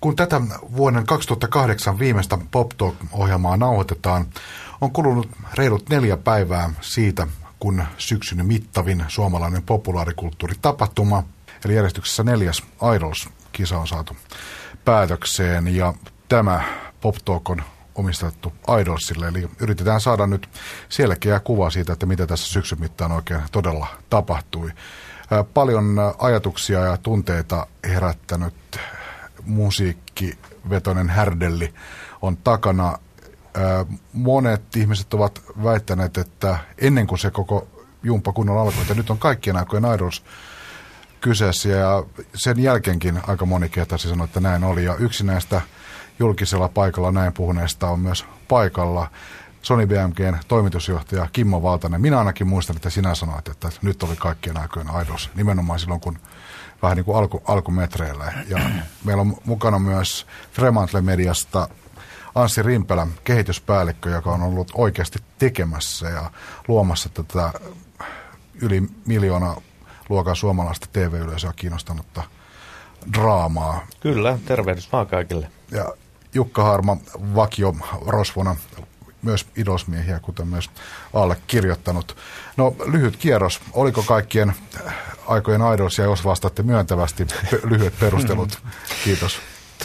Kun tätä vuoden 2008 viimeistä Pop Talk-ohjelmaa nauhoitetaan, on kulunut reilut 4 päivää siitä, kun syksyn mittavin suomalainen populaarikulttuuritapahtuma, eli järjestyksessä 4. Idols-kisa on saatu päätökseen, ja tämä Pop Talk on omistettu Idolsille, eli yritetään saada nyt selkeä kuva siitä, että mitä tässä syksyn mittaan oikein todella tapahtui. Paljon ajatuksia ja tunteita herättänyt musiikkivetoinen härdelli on takana. Monet ihmiset ovat väittäneet, että ennen kuin se koko jumppa kunnolla alkoi, että nyt on kaikkien aikojen Idols kyseessä, ja sen jälkeenkin aika moni kehtasi sanoa, että näin oli. Ja yksi näistä julkisella paikalla näin puhuneesta on myös paikalla Sony BMG:n toimitusjohtaja Kimmo Valtanen. Minä ainakin muistan, että sinä sanoit, että nyt oli kaikkien aikojen Idols, nimenomaan silloin, kun vähän niin kuin alkumetreillä. Ja meillä on mukana myös Fremantle Mediasta Anssi Rimpelä, kehityspäällikkö, joka on ollut oikeasti tekemässä ja luomassa tätä yli 1 miljoona luokan suomalaista TV-yleisöä kiinnostanutta draamaa. Kyllä, tervehdys vaan kaikille. Ja Jukka Harma, vakio rosvona, myös idolsmiehiä, kuten myös allekirjoittanut. No, lyhyt kierros. Oliko kaikkien aikojen Idolsia, jos vastaatte myöntävästi? Lyhyet perustelut. Kiitos.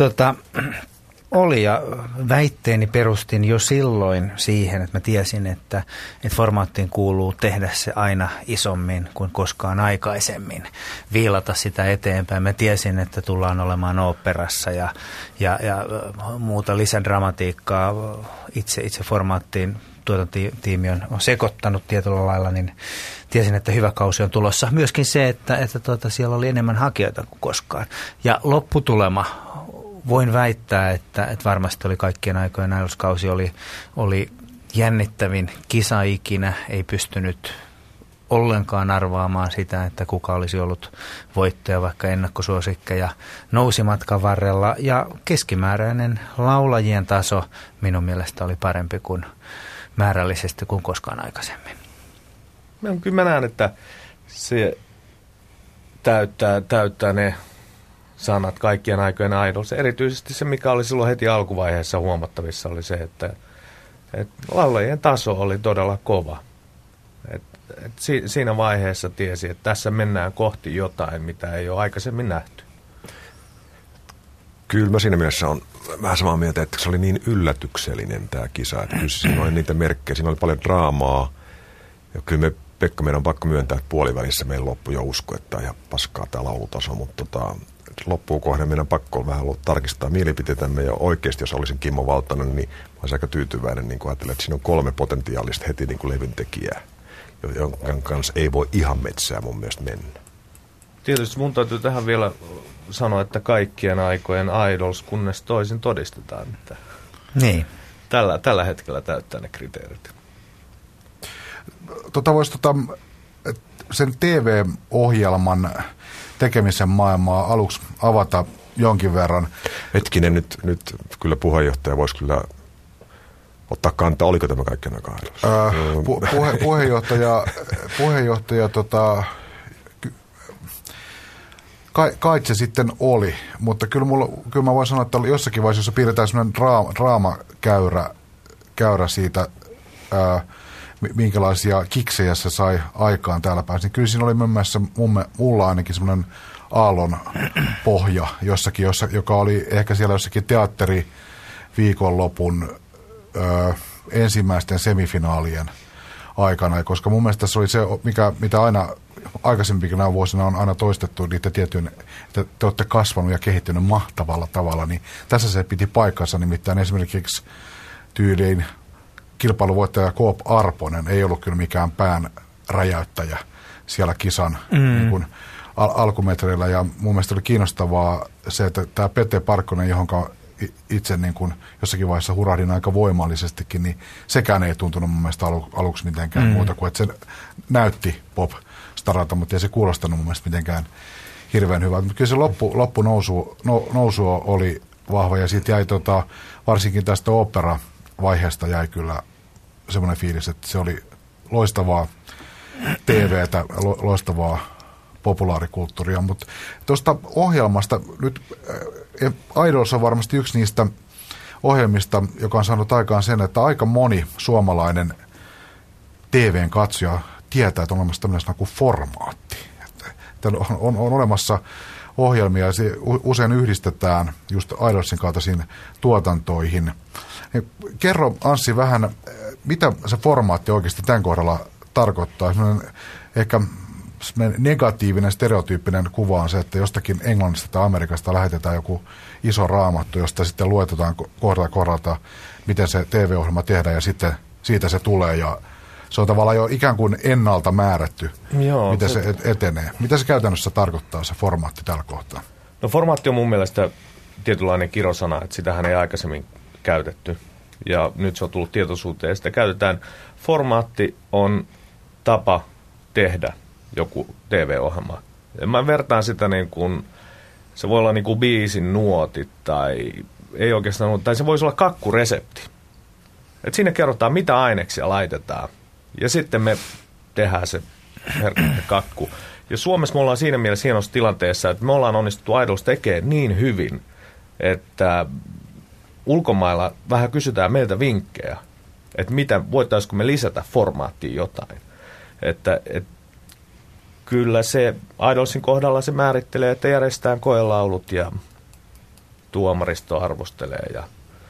Oli, ja väitteeni perustin jo silloin siihen, että mä tiesin, että formaattiin kuuluu tehdä se aina isommin kuin koskaan aikaisemmin, viilata sitä eteenpäin. Mä tiesin, että tullaan olemaan oopperassa ja muuta lisädramatiikkaa. Itse formaattiin tuotantotiimi on sekoittanut tietyllä lailla, niin tiesin, että hyvä kausi on tulossa. Myöskin se, että siellä oli enemmän hakijoita kuin koskaan. Ja lopputulema, voin väittää, että varmasti oli kaikkien aikojen Idols-kausi oli jännittävin kisa ikinä. Ei pystynyt ollenkaan arvaamaan sitä, että kuka olisi ollut voittaja, vaikka ennakkosuosikkeja nousi matkan varrella. Ja keskimääräinen laulajien taso minun mielestä oli parempi kuin määrällisesti kuin koskaan aikaisemmin. Kyllä mä näen, että se täyttää ne sanat kaikkien aikojen Idols. Erityisesti se, mikä oli silloin heti alkuvaiheessa huomattavissa, oli se, että laulajien taso oli todella kova. Siinä vaiheessa tiesi, että tässä mennään kohti jotain, mitä ei ole aikaisemmin nähty. Kyllä mä siinä mielessä on vähän samaa mieltä, että se oli niin yllätyksellinen tämä kisa. Että kyllä siinä oli niitä merkkejä, siinä oli paljon draamaa. Ja kyllä Pekka, meidän on pakko myöntää, että puolivälissä meillä loppui jo usko, että ihan paskaa tämä laulutaso, mutta loppuun kohden meidän pakko on vähän ollut tarkistaa mielipiteitämme, ja oikeasti, jos olisin Kimmo Valtanen, niin mä olisin aika tyytyväinen, niin kuin ajattelin, että siinä on 3 potentiaalista heti niin kuin levyntekijää, jonka kanssa ei voi ihan metsää mun mielestä mennä. Tietysti mun täytyy tähän vielä sanoa, että kaikkien aikojen Idols, kunnes toisin todistetaan, että niin. Tällä hetkellä täyttää ne kriteerit. Voisi sen TV-ohjelman tekemisen maailmaa aluksi avata jonkin verran. Hetkinen, nyt kyllä puheenjohtaja voisi kyllä ottaa kantaa, oliko tämä kaikkien aikaa puheenjohtaja kai se sitten oli, mutta kyllä mä voin sanoa, että jossakin vaiheessa, jossa piirretään sellainen draamakäyrä siitä, minkälaisia kiksejä se sai aikaan täällä päässä, niin kyllä siinä oli mulla ainakin semmoinen aallon pohja jossakin, joka oli ehkä siellä jossakin teatteriviikonlopun ensimmäisten semifinaalien aikana, koska mun mielestä se oli se, mitä aina aikaisempikin vuosina on aina toistettu niitä tiettyjä, että te olette kasvanut ja kehittynyt mahtavalla tavalla, niin tässä se piti paikkansa, nimittäin esimerkiksi tyyliin kilpailuvoittaja Koop Arponen ei ollut kyllä mikään pään räjäyttäjä siellä kisan niin kuin alkumetreillä, ja mun mielestä oli kiinnostavaa se, että tämä Pete Parkkonen, johonka itse niin kuin jossakin vaiheessa hurahdin aika voimallisestikin, niin sekään ei tuntunut mun mielestä aluksi mitenkään muuta kuin, että se näytti pop-staralta, mutta ei se kuulostanut mun mielestä mitenkään hirveän hyvältä. Mutta kyllä se loppunousu oli vahva, ja sitten jäi varsinkin tästä opera-vaiheesta jäi kyllä semmoinen fiilis, että se oli loistavaa TV:tä, loistavaa populaarikulttuuria, mutta tuosta ohjelmasta nyt Idols on varmasti yksi niistä ohjelmista, joka on saanut aikaan sen, että aika moni suomalainen TVn katsoja tietää, että on olemassa tämmöinen kuin formaatti. Että on olemassa ohjelmia ja se usein yhdistetään just Idolsin kaltaisiin tuotantoihin. Kerro Anssi vähän, mitä se formaatti oikeasti tämän kohdalla tarkoittaa? Ehkä negatiivinen, stereotyyppinen kuva on se, että jostakin Englannista tai Amerikasta lähetetään joku iso raamattu, josta sitten luetetaan kohdalta, miten se TV-ohjelma tehdään ja sitten siitä se tulee ja se on tavallaan jo ikään kuin ennalta määrätty, miten se etenee. Mitä se käytännössä tarkoittaa se formaatti tällä kohtaa? No formaatti on mun mielestä tietynlainen kirosana, että sitähän ei aikaisemmin käytetty ja nyt se on tullut tietoisuuteen ja sitä käytetään. Formaatti on tapa tehdä joku TV-ohjelma. Mä vertaan sitä niin kuin, se voi olla niin kuin biisin nuotit tai ei oikeastaan, tai se voisi olla kakkuresepti. Et siinä kerrotaan, mitä aineksia laitetaan ja sitten me tehdään se herkäinen kakku. Ja Suomessa me ollaan siinä mielessä hienossa tilanteessa, että me ollaan onnistuttu Idols tekemään niin hyvin, että ulkomailla vähän kysytään meiltä vinkkejä, että voitaisiinko me lisätä formaattiin jotain. Että kyllä se Idolsin kohdalla se määrittelee, että järjestetään koelaulut ja tuomaristo arvostelee.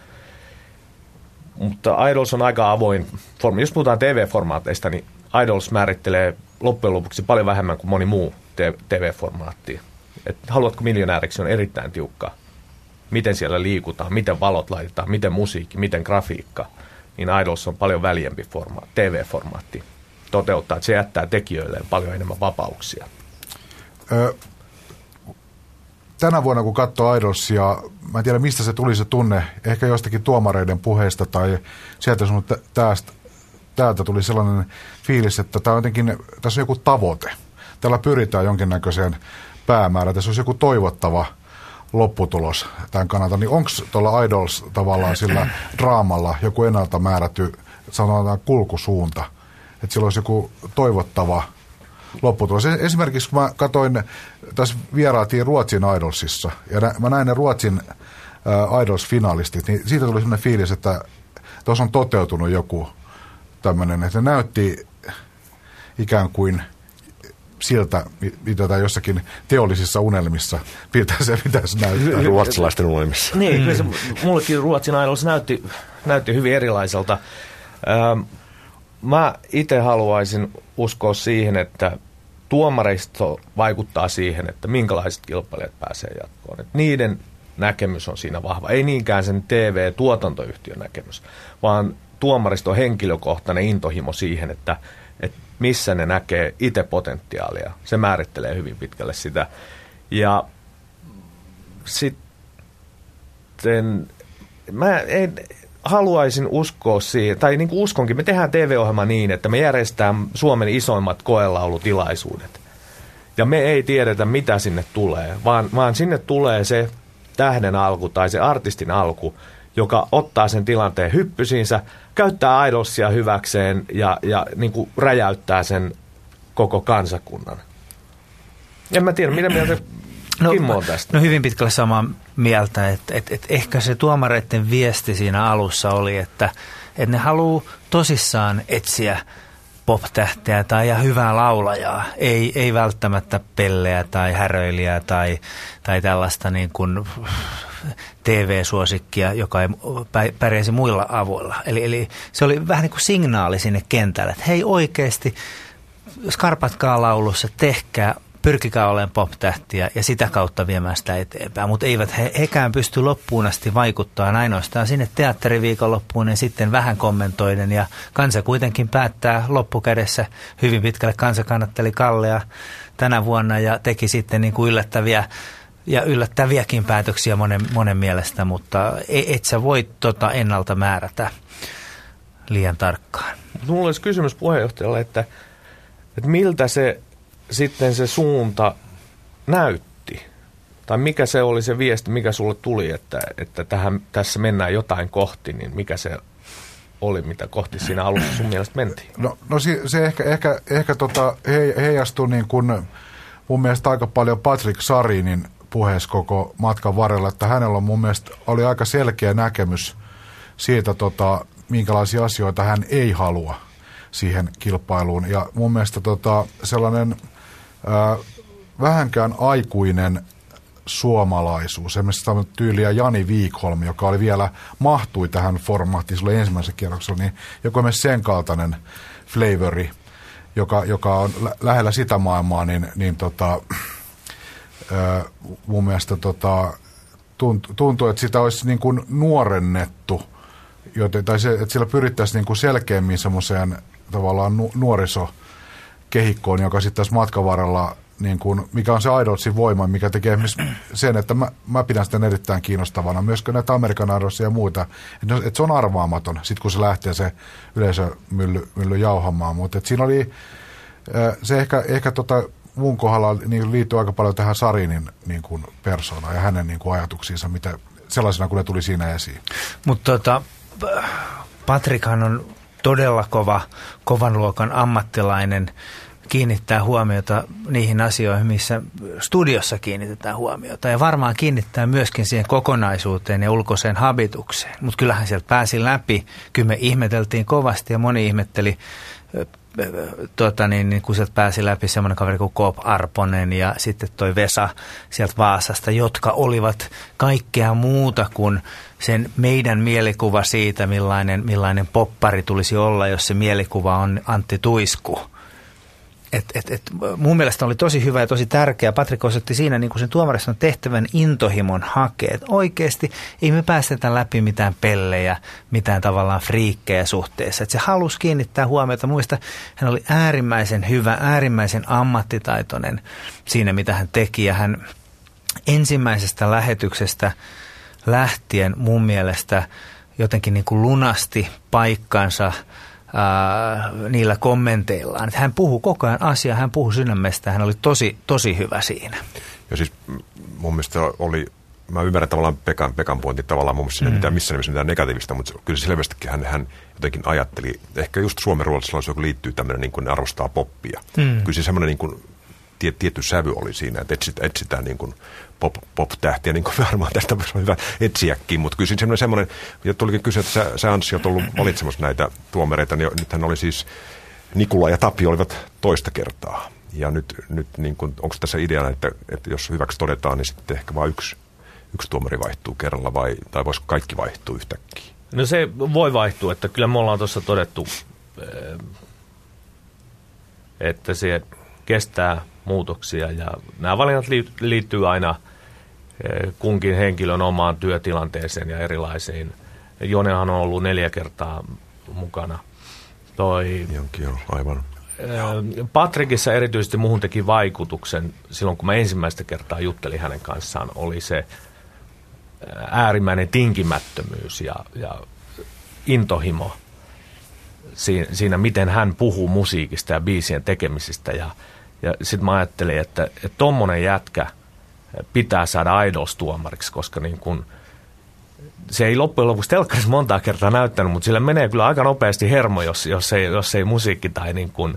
Mutta Idols on aika avoin formi. Jos puhutaan TV-formaateista, niin Idols määrittelee loppujen lopuksi paljon vähemmän kuin moni muu TV-formaatti. Et haluatko miljonääriksi on erittäin tiukka. Miten siellä liikutaan, miten valot laitetaan, miten musiikki, miten grafiikka. Niin Idols on paljon väljempi TV-formaatti. Toteuttaa, että se jättää tekijöilleen paljon enemmän vapauksia. Tänä vuonna, kun katsoo Idolsia, mä en tiedä, mistä se tuli se tunne, ehkä jostakin tuomareiden puheista tai sieltä sun täältä tuli sellainen fiilis, että tämä on jotenkin, tässä on joku tavoite. Tällä pyritään jonkinnäköiseen päämäärään. Tässä olisi joku toivottava lopputulos tämän kannalta. Niin onko tuolla Idols tavallaan sillä draamalla joku ennalta määrätty, sanotaan kulkusuunta? Että sillä olisi joku toivottava lopputulos. Esimerkiksi kun mä katsoin, tässä vieraatiin Ruotsin Idolsissa, ja mä näin ne Ruotsin Idols-finalistit, niin siitä tuli sellainen fiilis, että tuossa on toteutunut joku tämmöinen, että ne näytti ikään kuin siltä, mitä tai jossakin teollisissa unelmissa pitäisi näyttää. Ruotsalaisten unelmissa. Niin, kyllä se, mullekin Ruotsin Idols näytti hyvin erilaiselta. Mä itse haluaisin uskoa siihen, että tuomaristo vaikuttaa siihen, että minkälaiset kilpailijat pääsee jatkoon. Että niiden näkemys on siinä vahva. Ei niinkään sen TV-tuotantoyhtiön näkemys, vaan tuomariston henkilökohtainen intohimo siihen, että missä ne näkee itse potentiaalia. Se määrittelee hyvin pitkälle sitä. Ja sitten haluaisin uskoa siihen, tai niin kuin uskonkin, me tehdään TV-ohjelma niin, että me järjestetään Suomen isoimmat koelaulutilaisuudet. Ja me ei tiedetä, mitä sinne tulee, vaan sinne tulee se tähden alku tai se artistin alku, joka ottaa sen tilanteen hyppysiinsä, käyttää Idolsia hyväkseen ja niin kuin räjäyttää sen koko kansakunnan. En mä tiedä, mitä mieltä Kimmo on tästä? No hyvin pitkälle samaa mieltä, että ehkä se tuomareiden viesti siinä alussa oli, että ne haluaa tosissaan etsiä pop-tähteä ja hyvää laulajaa, ei välttämättä pelleä tai häröilijää tai tällaista niin kuin TV-suosikkia, joka ei pärjäisi muilla avoilla. Eli se oli vähän niin kuin signaali sinne kentälle, että hei oikeasti, skarpatkaa laulussa, tehkää, pyrkikää olemaan pop-tähtiä ja sitä kautta viemään sitä eteenpäin, mutta eivät hekään pysty loppuun asti vaikuttamaan ainoastaan sinne teatteriviikonloppuun ja sitten vähän kommentoiden ja kansa kuitenkin päättää loppukädessä. Hyvin pitkälle kansa kannatteli Kallea tänä vuonna ja teki sitten niin kuin yllättäviäkin päätöksiä monen mielestä, mutta et sä voi ennalta määrätä liian tarkkaan. Minulla olisi kysymys puheenjohtajalle, että miltä se sitten se suunta näytti? Tai mikä se oli se viesti, mikä sulle tuli, että tässä mennään jotain kohti, niin mikä se oli, mitä kohti siinä alussa sun mielestä mentiin? No se ehkä heijastui niin kuin mun mielestä aika paljon Patrick Sarinin puheessa koko matkan varrella, että hänellä on mun mielestä oli aika selkeä näkemys siitä, minkälaisia asioita hän ei halua siihen kilpailuun. Ja mun mielestä sellainen vähänkään aikuinen suomalaisuus, esimerkiksi tyyliä Jani Wikholm, joka oli vielä mahtui tähän formaattiin silloin ensimmäisen kierroksella, niin joku myös sen kaltainen flavori, joka on lähellä sitä maailmaa, niin mun mielestä tuntuu, että sitä olisi niin kuin nuorennettu, että sillä pyrittäisiin niin kuin selkeämmin semmoiseen tavallaan nuorisokehikkoon, joka sitten tässä matkan varrella, niin kuin, mikä on se Idolsin voima, mikä tekee esimerkiksi sen, että mä pidän sitä erittäin kiinnostavana, myöskään näitä American Idolsia ja muita, että se on arvaamaton, sitten kun se lähtee se yleisömylly jauhamaan, mutta siinä oli se ehkä mun kohdalla niin liittyy aika paljon tähän Sarinin niin kuin persoonaan ja hänen niin kuin ajatuksiinsa, mitä sellaisena kuin ne tuli siinä esiin. Mutta Patrikhan on todella kovan luokan ammattilainen, kiinnittää huomiota niihin asioihin, missä studiossa kiinnitetään huomiota. Ja varmaan kiinnittää myöskin siihen kokonaisuuteen ja ulkoiseen habitukseen. Mutta kyllähän sieltä pääsi läpi. Kyllä me ihmeteltiin kovasti ja moni ihmetteli, kun sieltä pääsi läpi semmoinen kaveri kuin Coop Arponen ja sitten toi Vesa sieltä Vaasasta, jotka olivat kaikkea muuta kuin sen meidän mielikuva siitä, millainen poppari tulisi olla, jos se mielikuva on Antti Tuisku. Mun mielestä oli tosi hyvä ja tosi tärkeä. Patrik osoitti siinä niin kuin sen tuomariston tehtävän intohimon hakee. Oikeasti ei me päästetä läpi mitään pellejä, mitään tavallaan friikkejä suhteessa. Se halusi kiinnittää huomiota. Mun mielestä hän oli äärimmäisen hyvä, äärimmäisen ammattitaitoinen siinä, mitä hän teki. Ja hän ensimmäisestä lähetyksestä lähtien mun mielestä jotenkin niin kuin lunasti paikkansa niillä kommenteillaan. Että hän puhui koko ajan asiaa, hän puhui sydämestä, hän oli tosi hyvä siinä. Ja siis mun mielestä oli, mä ymmärrän tavallaan Pekan pointin tavallaan mun mielestä mitään missään nimessä mitään negatiivista, mutta kyllä selvästikin hän jotenkin ajatteli, ehkä just Suomen ruotsalaisilla joku liittyy tämmöinen niin kuin ne arvostaa poppia. Kyllä se semmoinen niin kuin tietty sävy oli siinä, että etsitään niin kuin pop-tähtiä, niin kuin varmaan tästä on hyvä etsiäkin, mutta kyllä semmoinen, ja tulikin kysyä, että sä Anssi olet ollut valitsemassa näitä tuomareita, niin nythän oli siis Nikula ja Tapio olivat toista kertaa. Ja nyt niin kuin, onko tässä ideana, että jos hyväksi todetaan, niin sitten ehkä vain yksi tuomari vaihtuu kerralla, tai voisiko kaikki vaihtua yhtäkkiä? No se voi vaihtua, että kyllä me ollaan tuossa todettu, että se kestää muutoksia ja nämä valinnat liittyy aina kunkin henkilön omaan työtilanteeseen ja erilaisiin. Jonenhan on ollut 4 kertaa mukana. Jonkin on, aivan. Patrikissa erityisesti muuhun teki vaikutuksen silloin, kun mä ensimmäistä kertaa juttelin hänen kanssaan, oli se äärimmäinen tinkimättömyys ja intohimo siinä, miten hän puhuu musiikista ja biisien tekemisistä. Ja sitten mä ajattelin, että tommonen jätkä pitää saada Idols-tuomariksi, koska niin kun, se ei loppujen lopuksi telkkarissa montaa kertaa näyttänyt, mutta sillä menee kyllä aika nopeasti hermo, jos ei musiikki tai niin kun,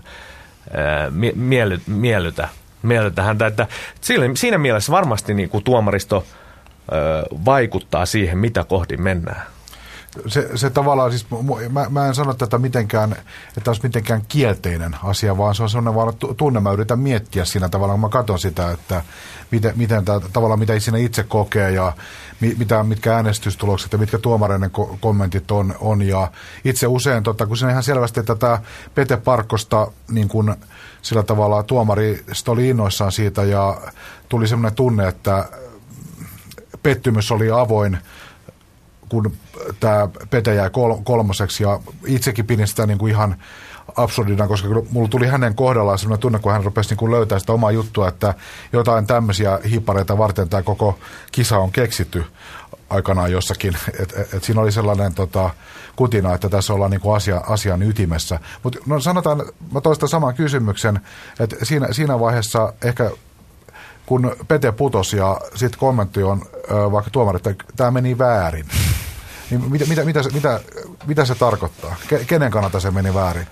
miellytä häntä. Että siinä mielessä varmasti niin kun tuomaristo vaikuttaa siihen, mitä kohdin mennään. Se tavallaan, siis mä en sano tätä mitenkään, että olisi mitenkään kielteinen asia, vaan se on sellainen vaan tunne, mä yritän miettiä siinä tavallaan, kun mä katson sitä, että miten tavallaan mitä siinä itse kokee ja mitkä äänestystulokset ja mitkä tuomareiden kommentit on. Ja itse usein, kun siinä ihan selvästi tätä Pete Parkkosta niin kuin sillä tavalla tuomarista oli innoissaan siitä ja tuli semmoinen tunne, että pettymys oli avoin, kun tämä Pete jäi kolmoseksi ja itsekin pidin sitä niin kuin ihan absurdina, koska mulla tuli hänen kohdallaan sellainen tunne, kun hän rupesi niin kuin löytää sitä omaa juttua, että jotain tämmöisiä hiippareita varten tämä koko kisa on keksitty aikanaan jossakin. Et siinä oli sellainen kutina, että tässä ollaan niin kuin asian ytimessä. Mutta no sanotaan, mä toistan saman kysymyksen, että siinä vaiheessa ehkä kun Pete putosi ja sitten kommentti on vaikka tuomari, että tämä meni väärin. Niin mitä se tarkoittaa? Kenen kannalta se meni väärin?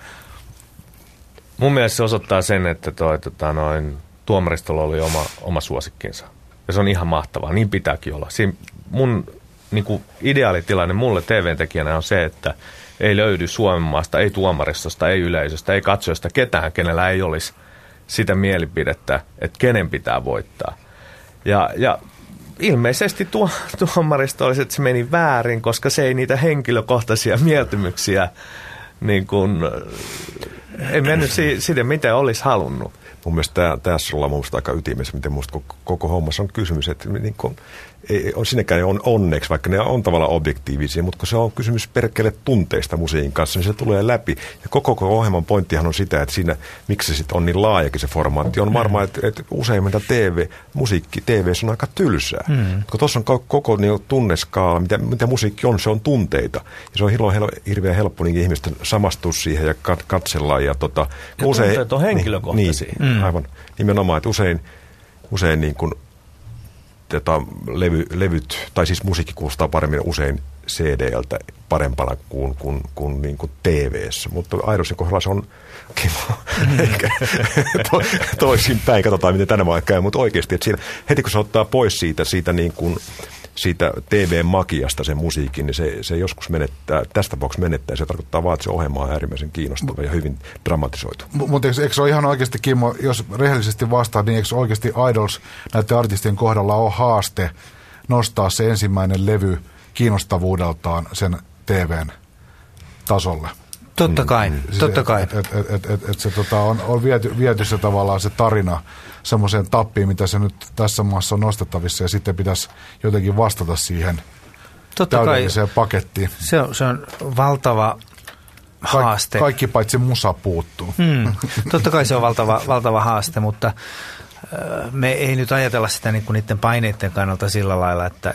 Mun mielestä se osoittaa sen, että tuomaristolla oli oma suosikkinsa. Ja se on ihan mahtavaa, niin pitääkin olla. Siinä mun niin kuin ideaalitilanne mulle TV-tekijänä on se, että ei löydy Suomen maasta, ei tuomaristosta, ei yleisöstä, ei katsojasta ketään, kenellä ei olisi sitä mielipidettä, että kenen pitää voittaa. Ja ilmeisesti tuomaristo olisi, että se meni väärin, koska se ei niitä henkilökohtaisia mieltymyksiä niin kuin, ei mennyt siitä, miten olisi halunnut. Mun mielestä tässä ollaan mun mielestä aika ytimessä, miten musta koko hommassa on kysymys, että niin kuin, on sinäkään on onneksi, vaikka ne on tavallaan objektiivisia, mutta kun se on kysymys perkele tunteista musiikin kanssa, niin se tulee läpi. Ja koko ohjelman pointtihan on sitä, että siinä, miksi se sitten on niin laajakin se formaatti, on varmaan, että useimmilta musiikki TV on aika tylsää. Kun tuossa on koko niin tunneskaala, mitä musiikki on, se on tunteita. Ja se on hirveän helppo niin ihmisten samastua siihen ja katsella. Ja tunteet on henkilökohtaisia. Aivan. Nimenomaan, että usein niin kuin levyt, tai siis musiikki kuulostaa paremmin usein CD-ltä parempana kuin TV-ssä. Mutta Idolsin kohdalla se on kiva. Eikä toisinpäin, katsotaan miten tänä vuonna käy. Mutta oikeasti, että heti kun se ottaa pois siitä TV-magiasta sen musiikin, niin se joskus menettää, tästä tapauksessa menettää. Se tarkoittaa vaan, että se ohjelma on äärimmäisen kiinnostava ja hyvin dramatisoitu. Mutta eikö se ole ihan oikeasti, Kimmo, jos rehellisesti vastaat, niin eikö oikeasti Idols näiden artistien kohdalla ole haaste nostaa se ensimmäinen levy kiinnostavuudeltaan sen TVn tasolle? Totta kai, totta kai. Se on viety se tavallaan se tarina semmoiseen tappiin, mitä se nyt tässä maassa on nostettavissa, ja sitten pitäisi jotenkin vastata siihen täydelliseen pakettiin. Se on valtava haaste. Kaikki paitsi musa puuttuu. Totta kai se on valtava haaste, mutta me ei nyt ajatella sitä niin kuin niiden paineiden kannalta sillä lailla, että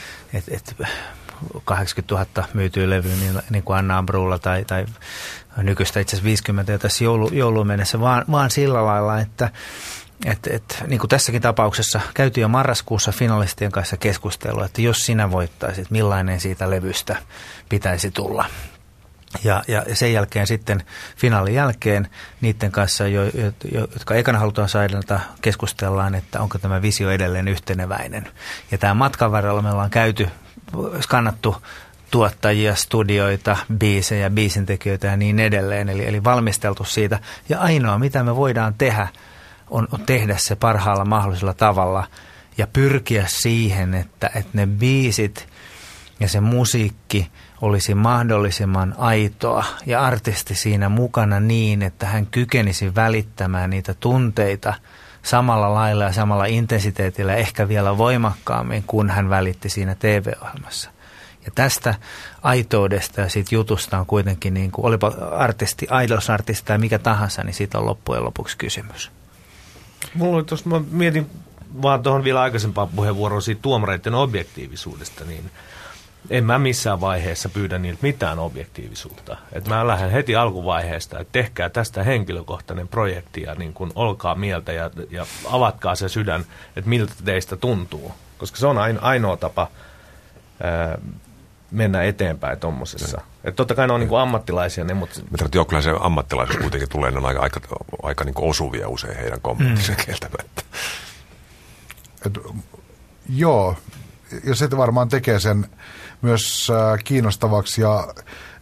80 000 myytyy levyä niin kuin Anna Ambrulla tai nykyistä itse asiassa 50 ja tässä jouluun mennessä, vaan sillä lailla, että niin kuin tässäkin tapauksessa käytiin jo marraskuussa finalistien kanssa keskustelua, että jos sinä voittaisit, millainen siitä levystä pitäisi tulla. Ja sen jälkeen sitten finaalin jälkeen niiden kanssa, jotka ekana halutaan saada, keskustellaan, että onko tämä visio edelleen yhteneväinen. Ja tämän matkan varrella me ollaan skannattu tuottajia, studioita, biisejä, biisintekijöitä ja niin edelleen. Eli valmisteltu siitä. Ja ainoa, mitä me voidaan tehdä, on tehdä se parhaalla mahdollisella tavalla ja pyrkiä siihen, että ne biisit ja se musiikki olisi mahdollisimman aitoa ja artisti siinä mukana niin, että hän kykenisi välittämään niitä tunteita samalla lailla ja samalla intensiteetillä, ehkä vielä voimakkaammin kuin hän välitti siinä TV-ohjelmassa. Ja tästä aitoudesta ja siitä jutusta on kuitenkin, niin kuin, olipa artisti, Idols-artisti tai mikä tahansa, niin siitä on loppujen lopuksi kysymys. Mulla oli tuossa, mä mietin vaan tuohon vielä aikaisempaan puheenvuoroon siitä tuomareiden objektiivisuudesta, niin en mä missään vaiheessa pyydä niiltä mitään objektiivisuutta. Että mä lähden heti alkuvaiheesta, että tehkää tästä henkilökohtainen projekti ja niin kun olkaa mieltä ja avatkaa se sydän, että miltä teistä tuntuu. Koska se on ainoa tapa mennä eteenpäin tuommoisessa. Että totta kai ne on niin kuin ammattilaisia. Ne, mutta kyllähän se ammattilaisuus kuitenkin tulee, ne on aika niin kuin osuvia usein heidän kommenttinsa kieltämättä. Joo, ja se varmaan tekee sen myös kiinnostavaksi ja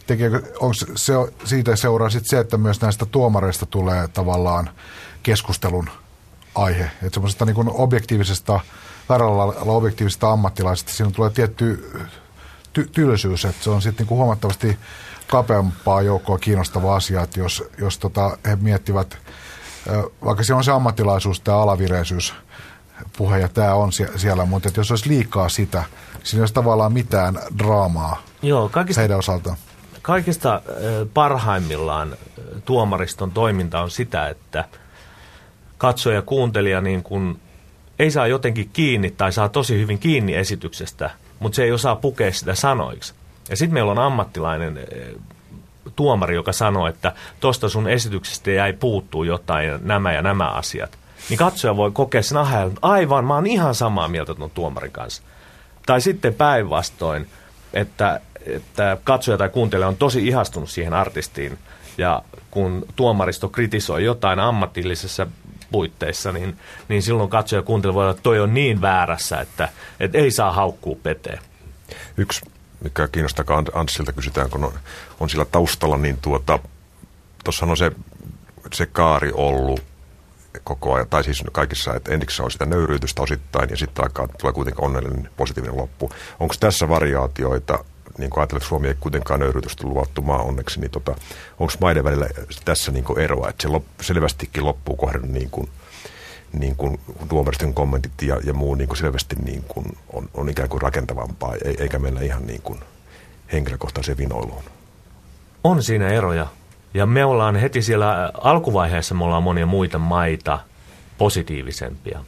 siitä seuraa sitten se, että myös näistä tuomareista tulee tavallaan keskustelun aihe. Että semmoisesta niin kuin väärällä objektiivisesta ammattilaisesta siinä tulee tietty tylsyys, että se on sitten niin kuin huomattavasti kapeampaa joukkoa kiinnostava asia, että jos he miettivät, vaikka siellä on se ammattilaisuus, tämä alavireisyys, puhe ja tämä on siellä, mutta jos olisi liikaa sitä, siinä ei olisi tavallaan mitään draamaa heidän osaltaan. Kaikista parhaimmillaan tuomariston toiminta on sitä, että katsoja ja kuuntelija niin kun ei saa jotenkin kiinni tai saa tosi hyvin kiinni esityksestä, mutta se ei osaa pukea sitä sanoiksi. Ja sitten meillä on ammattilainen tuomari, joka sanoo, että tuosta sun esityksestä jäi puuttuu jotain nämä ja nämä asiat. Niin katsoja voi kokea sen aivan, mä oon ihan samaa mieltä tuon tuomarin kanssa. Tai sitten päinvastoin, että katsoja tai kuuntelija on tosi ihastunut siihen artistiin, ja kun tuomaristo kritisoi jotain ammatillisessa puitteissa, niin silloin katsoja kuuntelija voi olla, että toi on niin väärässä, että ei saa haukkua Peteä. Yksi, mikä kiinnostaa Anssilta kysytään, kun on sillä taustalla, niin tuossahan on se kaari ollut koko ajan, tai siis kaikissa, että ensiksi on sitä nöyryytystä osittain, ja sitten tulee kuitenkin onnellinen positiivinen loppu. Onko tässä variaatioita, niin kuin ajatellaan, että Suomi ei kuitenkaan nöyryytystä luvattu maa onneksi, niin onko maiden välillä tässä niin kuin eroa, että se selvästikin loppuu kohden niin kuin tuomaristen kommentit ja muu niin kuin selvästi niin kuin on ikään kuin rakentavampaa, eikä mennä ihan niin kuin henkilökohtaiseen vinoiluun. On siinä eroja. Ja me ollaan heti siellä alkuvaiheessa, me ollaan monia muita maita positiivisempia.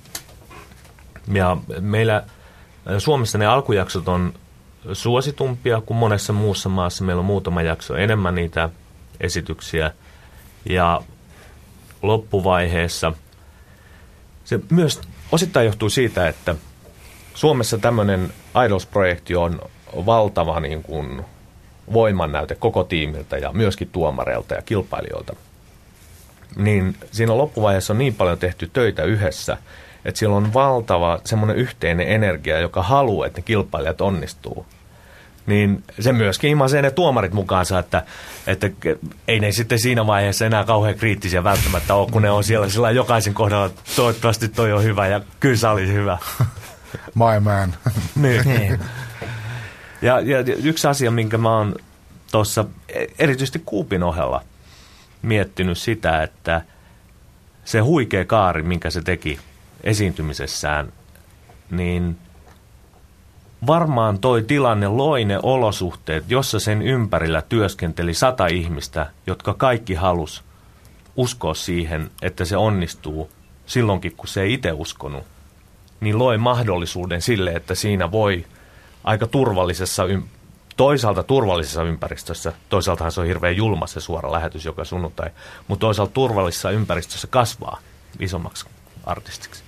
Ja meillä Suomessa ne alkujaksot on suositumpia kuin monessa muussa maassa. Meillä on muutama jakso enemmän niitä esityksiä. Ja loppuvaiheessa se myös osittain johtuu siitä, että Suomessa tämmöinen Idols-projekti on valtava niin kuin voimannäyte koko tiimiltä ja myöskin tuomareilta ja kilpailijoilta. Niin siinä loppuvaiheessa on niin paljon tehty töitä yhdessä, että siellä on valtava semmoinen yhteinen energia, joka haluaa, että ne kilpailijat onnistuu. Niin se myöskin imasee ne tuomarit mukaansa, että ei ne sitten siinä vaiheessa enää kauhean kriittisiä välttämättä ole, kun ne on siellä sillä jokaisen kohdalla, toivottavasti toi on hyvä ja kyllä se olisi hyvä. My man. Niin. Ja yksi asia, minkä mä oon tuossa erityisesti Coopin ohella miettinyt sitä, että se huikea kaari, minkä se teki esiintymisessään, niin varmaan toi tilanne loi ne olosuhteet, jossa sen ympärillä työskenteli 100 ihmistä, jotka kaikki halus uskoa siihen, että se onnistuu silloinkin, kun se ei itse uskonut. Niin loi mahdollisuuden sille, että siinä voi aika toisaalta turvallisessa ympäristössä, toisaaltahan se on hirveän julma se suora lähetys joka sunnuntai, mutta toisaalta turvallisessa ympäristössä kasvaa isommaksi artistiksi.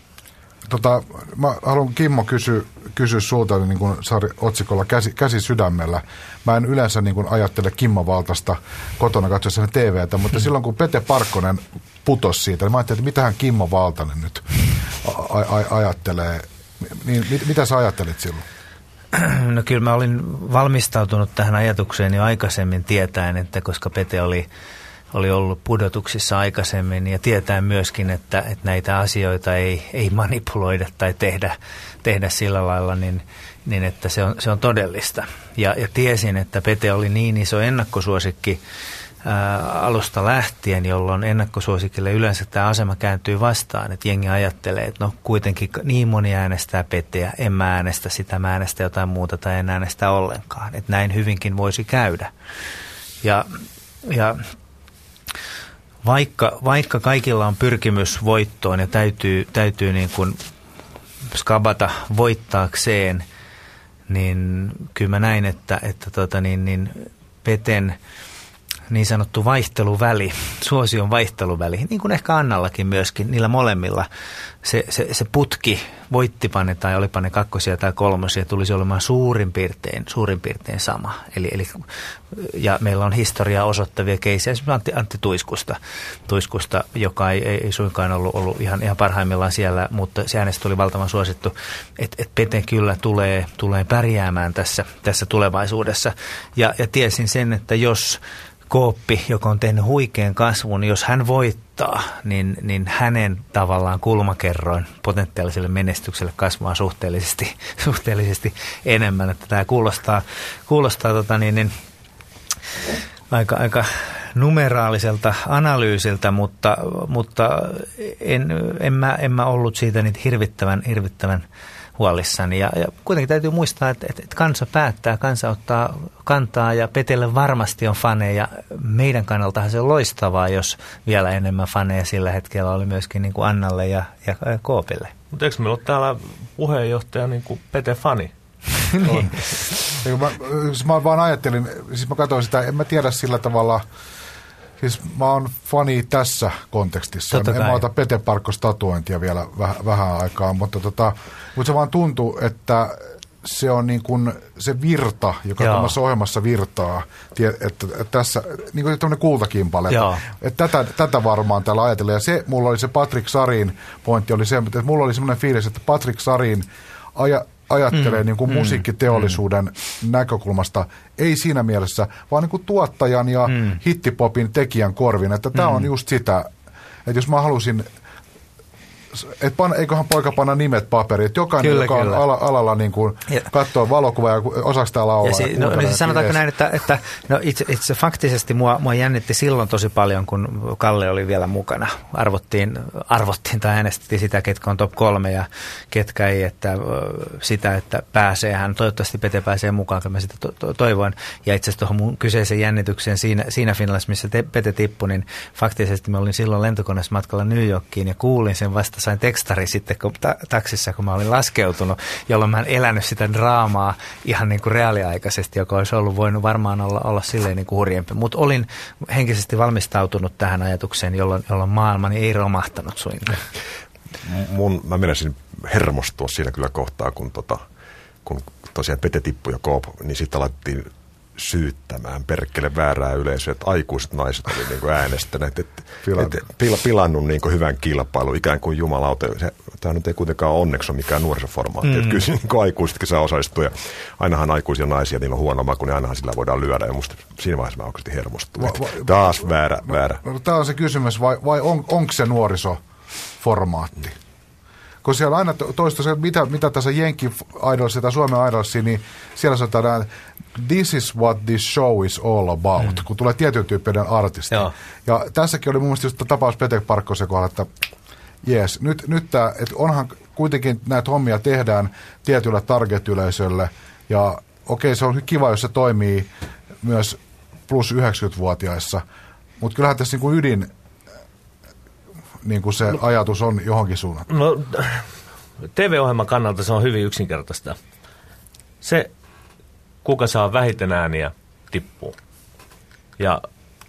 Mä haluan Kimmo kysyä sulta niin kuin otsikolla käsi sydämellä. Mä en yleensä niin kuin ajattele Kimmo Valtasta kotona katsoessa TVtä, mutta silloin kun Pete Parkkonen putosi siitä, niin mä ajattelin, että mitähän Kimmo Valtanen nyt ajattelee. Niin, mitä sä ajattelit silloin? No kyllä mä olin valmistautunut tähän ajatukseen jo aikaisemmin tietäen, että koska Pete oli ollut pudotuksissa aikaisemmin ja tietää myöskin, että näitä asioita ei manipuloida tai tehdä sillä lailla, niin että se on todellista. Ja tiesin, että Pete oli niin iso ennakkosuosikki alusta lähtien, jolloin ennakkosuosikille yleensä tämä asema kääntyy vastaan, että jengi ajattelee, että no kuitenkin niin moni äänestää Peteä, en mä äänestä sitä, mä äänestän jotain muuta tai en äänestä ollenkaan, että näin hyvinkin voisi käydä. Ja vaikka kaikilla on pyrkimys voittoon ja täytyy niin kuin skabata voittaakseen, niin kyllä mä näin, että Peten niin sanottu vaihteluväli, suosion vaihteluväli, niin kuin ehkä Annallakin myöskin, niillä molemmilla se putki, voittipa ne tai olipa ne kakkosia tai kolmosia, tulisi olemaan suurin piirtein sama. Eli, ja meillä on historiaa osoittavia keisejä, esimerkiksi Antti Tuiskusta, joka ei suinkaan ollut ihan parhaimmillaan siellä, mutta se äänestä oli valtavan suosittu, että Pete kyllä tulee pärjäämään tässä tulevaisuudessa. Ja tiesin sen, että jos Kooppi, joka on tehnyt huikean kasvun, jos hän voittaa, niin hänen tavallaan kulmakerroin potentiaaliselle menestykselle kasvaa suhteellisesti enemmän. Että tämä kuulostaa aika numeraaliselta analyysiltä, mutta en mä ollut siitä niitä hirvittävän huolissani. Ja kuitenkin täytyy muistaa, että kansa päättää, kansa ottaa kantaa ja Petelle varmasti on faneja. Meidän kannaltahan se on loistavaa, jos vielä enemmän faneja sillä hetkellä oli myöskin niin kuin Annalle ja Koopille. Mutta eikö meillä ole täällä puheenjohtaja niin kuin Pete-fani? Niin. Mä vaan ajattelin, siis mä katsoin sitä, en mä tiedä sillä tavalla. Siis mä oon fani tässä kontekstissa. En mä ota Pete Parkkos-tatuointia vielä vähän aikaa, mutta se vaan tuntuu, että se on niin kuin se virta, joka tämmöisessä ohjelmassa virtaa, että tässä niin kuin tämmöinen kultakimpale. Että tätä varmaan täällä ajatellaan. Ja se, mulla oli se Patrick Sarin pointti, oli se, että mulla oli semmoinen fiilis, että Patrick Sarin ajattelee niin kuin musiikkiteollisuuden näkökulmasta, ei siinä mielessä, vaan niin kuin tuottajan ja hittipopin tekijän korvin. Että tämä on just sitä, että jos mä halusin, että eiköhän poika panna nimet paperiin, että jokainen, joka on alalla niin kuin katsoo valokuvaa ja osaako tää laulaa. Siis sanotaanko näin, että itse faktisesti mua jännitti silloin tosi paljon, kun Kalle oli vielä mukana. Arvottiin tai äänestettiin sitä, ketkä on top 3 ja ketkä ei, että sitä, että pääsee hän. Toivottavasti Pete pääsee mukaan, kun mä sitä toivoin. Ja itse asiassa tuohon mun kyseisen jännitykseen siinä finaalissa, missä Pete tippui, niin faktisesti mä olin silloin lentokoneessa matkalla New Yorkiin ja kuulin sen vasta. Sain tekstari sitten taksissa, kun mä olin laskeutunut, jolloin mä en elänyt sitä draamaa ihan niin kuin reaaliaikaisesti, joka olisi voinut varmaan olla silleen niin kuin hurjempi. Mutta olin henkisesti valmistautunut tähän ajatukseen, jolloin maailmani ei romahtanut suinkaan. Mä menisin hermostua siinä kyllä kohtaa, kun tosiaan Pete tippui ja Coop, niin sitten alettiin syyttämään perkkele väärää yleisöä, että aikuiset naiset oli niin kuin äänestäneet, että pilannut niin kuin hyvän kilpailun, ikään kuin jumalauta. Tämä nyt ei kuitenkaan onneksi ole mikään nuorisoformaatti, että kyllä niin aikuisetkin saa osallistua, ja ainahan aikuisia naisia, niillä on huono maku, niin ainahan sillä voidaan lyödä, ja musta siinä vaiheessa mä oikeasti hermostuin. Taas väärä. Tämä on se kysymys, vai onko se nuorisoformaatti? Kun siellä aina toistuu se, mitä tässä Jenki-idolissa tai Suomen idolissa, niin siellä sanotaan, this is what this show is all about, kun tulee tietyn tyyppinen artisti. Ja tässäkin oli mun mielestä just tapaus Pete Parkkosen kohdalla, että jees, nyt tämä, että onhan kuitenkin näitä hommia tehdään tietyllä target-yleisölle, ja okei, se on kiva, jos se toimii myös plus 90-vuotiaissa, mutta kyllähän tässä niin kuin ydin, niin kuin se ajatus on johonkin suunnan. No, TV-ohjelman kannalta se on hyvin yksinkertaista. Se, kuka saa vähiten ääniä, tippuu. Ja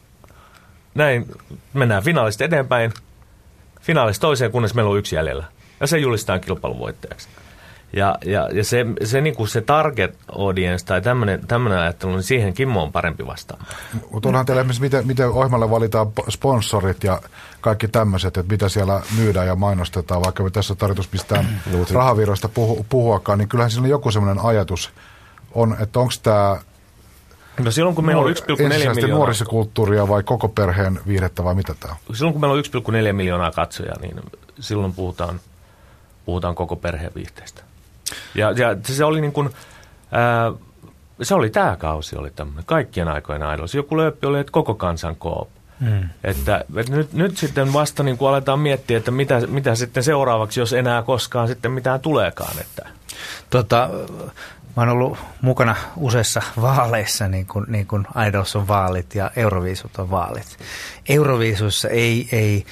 näin mennään finaalista eteenpäin, finaalista toiseen, kunnes meillä on 1 jäljellä. Ja se julistetaan kilpailuvoittajaksi. Ja se, niin kuin se target audience tai tämmöinen ajattelu, niin siihen Kimmo on parempi vastaan. Mutta onhan teillä esimerkiksi, miten ohjelmalle valitaan sponsorit ja kaikki tämmöiset, että mitä siellä myydään ja mainostetaan, vaikka me tässä tarkoitus pistään rahavirroista puhuakaan, niin kyllähän siinä on joku semmoinen ajatus, että onko tämä no silloin, kun meillä on 1,4 miljoonaa nuorisokulttuuria vai koko perheen viihdettä vai mitä tämä on? Silloin, kun meillä on 1,4 miljoonaa katsojaa, niin silloin puhutaan koko perheen viihteestä. Ja se oli niin kuin, se oli tämä kausi, oli tämmöinen kaikkien aikojen idols. Joku lööppi oli, että koko kansan Coop. Että nyt sitten vasta niin kuin aletaan miettiä, että mitä sitten seuraavaksi, jos enää koskaan sitten mitään tuleekaan. Että. Mä oon ollut mukana useissa vaaleissa, niin kuin Idols on vaalit ja Euroviisut on vaalit. Euroviisuissa ei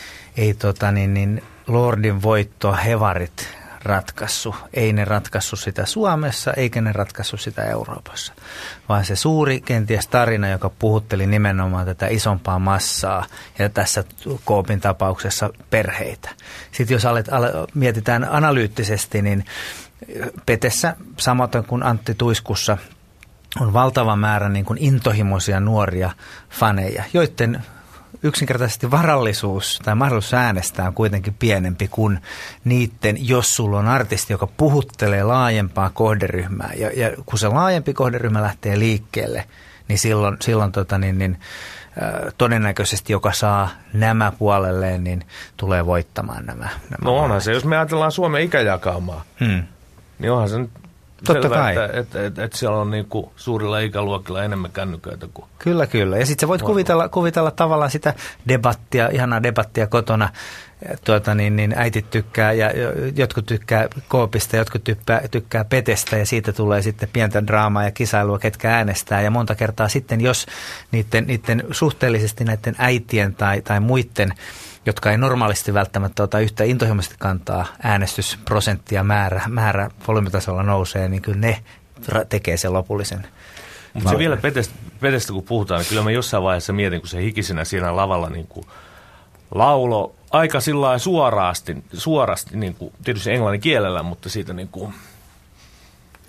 Lordin voittoa hevarit ratkaisu. Ei ne ratkaisu sitä Suomessa, eikä ne ratkaisu sitä Euroopassa. Vaan se suuri kenties tarina, joka puhutteli nimenomaan tätä isompaa massaa ja tässä Coopin tapauksessa perheitä. Sitten jos mietitään analyyttisesti, niin Petessä, samoin kuin Antti Tuiskussa, on valtava määrä niin kuin intohimoisia nuoria faneja, joiden yksinkertaisesti varallisuus tai mahdollisuus äänestää on kuitenkin pienempi kuin niiden, jos sulla on artisti, joka puhuttelee laajempaa kohderyhmää. Ja kun se laajempi kohderyhmä lähtee liikkeelle, niin silloin todennäköisesti, joka saa nämä puolelleen, niin tulee voittamaan nämä no onhan se, jos me ajatellaan Suomen ikäjakaumaa, niin onhan se nyt selvä, että siellä on niin kuin suurilla ikäluokilla enemmän kännyköitä kuin. Kyllä. Ja sitten sä voit kuvitella tavallaan sitä debattia, ihanaa debattia kotona. Äitit tykkää ja jotkut tykkää Coopista, jotkut tykkää Petestä ja siitä tulee sitten pientä draamaa ja kisailua, ketkä äänestää. Ja monta kertaa sitten, jos niiden suhteellisesti näiden äitien tai muiden, jotka ei normaalisti välttämättä ota yhtä intohimoisesti kantaa äänestysprosenttia määrä volyymitasolla nousee, niin kyllä ne tekee sen lopullisen. Mutta se vielä Petestä kun puhutaan, niin kyllä mä jossain vaiheessa mietin, kun se hikisenä siinä lavalla niin kuin laulo aika sillä suorasti niin kuin, tietysti englannin kielellä, mutta siitä niin kuin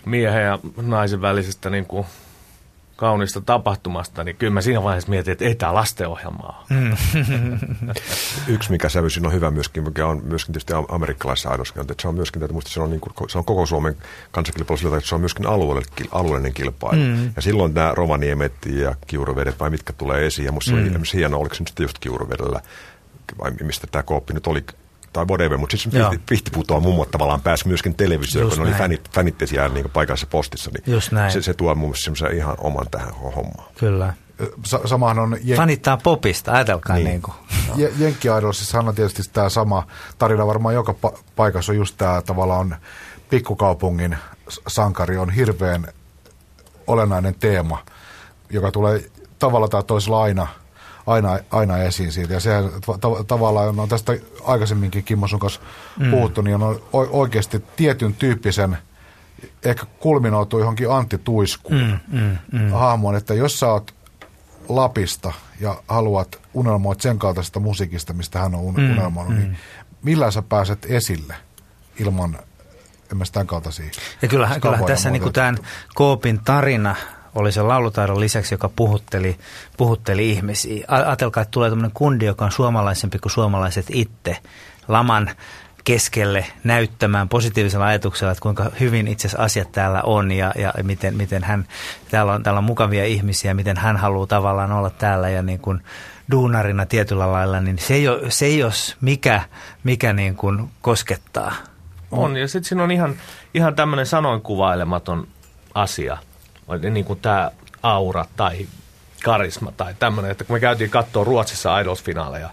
miehen ja naisen välisestä niin kuin kaunista tapahtumasta, niin kyllä mä siinä vaiheessa mietin, että ei tämä lastenohjelmaa. Yksi, mikä sävy siinä on hyvä myöskin, mikä on myöskin tietysti amerikkalaisessa aidossa, että se on myöskin, että musta se on, niin kuin, se on koko Suomen kansakilpailu sillä, että se on myöskin alueellinen kilpailu. Ja silloin nämä Rovaniemet ja Kiuruvedet vai mitkä tulee esiin, ja musta oli esimerkiksi hienoa, oliko se nyt just Kiuruvedellä, vai mistä tämä kooppi nyt oli, tai whatever, mutta siis Pihtiputoa mummot tavallaan pääsi myöskin televisioon, kun ne oli fänitte siellä niin paikallisessa postissa, niin se tuo mun mielestä semmoisen ihan oman tähän hommaan. Kyllä. Samahan on... Fanittaa popista, ajatelkaa niin kuin. Jenkki Idolsissahan on tietysti tämä sama tarina, varmaan joka paikassa on just tämä tavallaan pikkukaupungin sankari on hirveän olennainen teema, joka tulee tavalla tai toisella aina esiin siitä. Ja sehän tavallaan on tästä aikaisemminkin Kimmo sun kanssa puhuttu, niin on oikeasti tietyn tyyppisen, ehkä kulminoituu johonkin Antti Tuiskuun hahmoon, että jos sä oot Lapista ja haluat unelmoit sen kaltaisesta musiikista, mistä hän on unelmoinut, niin millä sä pääset esille ilman tämän kaltaisia? Ja kyllähän tässä niin tämän Koopin tarina oli se laulutaidon lisäksi, joka puhutteli ihmisiä. Ajatelkaa, että tulee tämmöinen kundi, joka on suomalaisempi kuin suomalaiset itse, laman keskelle näyttämään positiivisella ajatuksella, että kuinka hyvin itse asiassa asiat täällä on ja miten täällä on mukavia ihmisiä, miten hän haluaa tavallaan olla täällä ja niin kuin duunarina tietyllä lailla, niin se ei ole mikä niin kuin koskettaa. On, ja sitten siinä on ihan tämmöinen sanoin kuvailematon asia, niin kuin tämä aura tai karisma tai tämmöinen, että kun me käytiin katsoa Ruotsissa Idols-finaaleja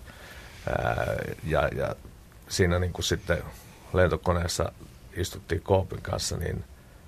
ja siinä niin kuin sitten lentokoneessa istuttiin Koopin kanssa, niin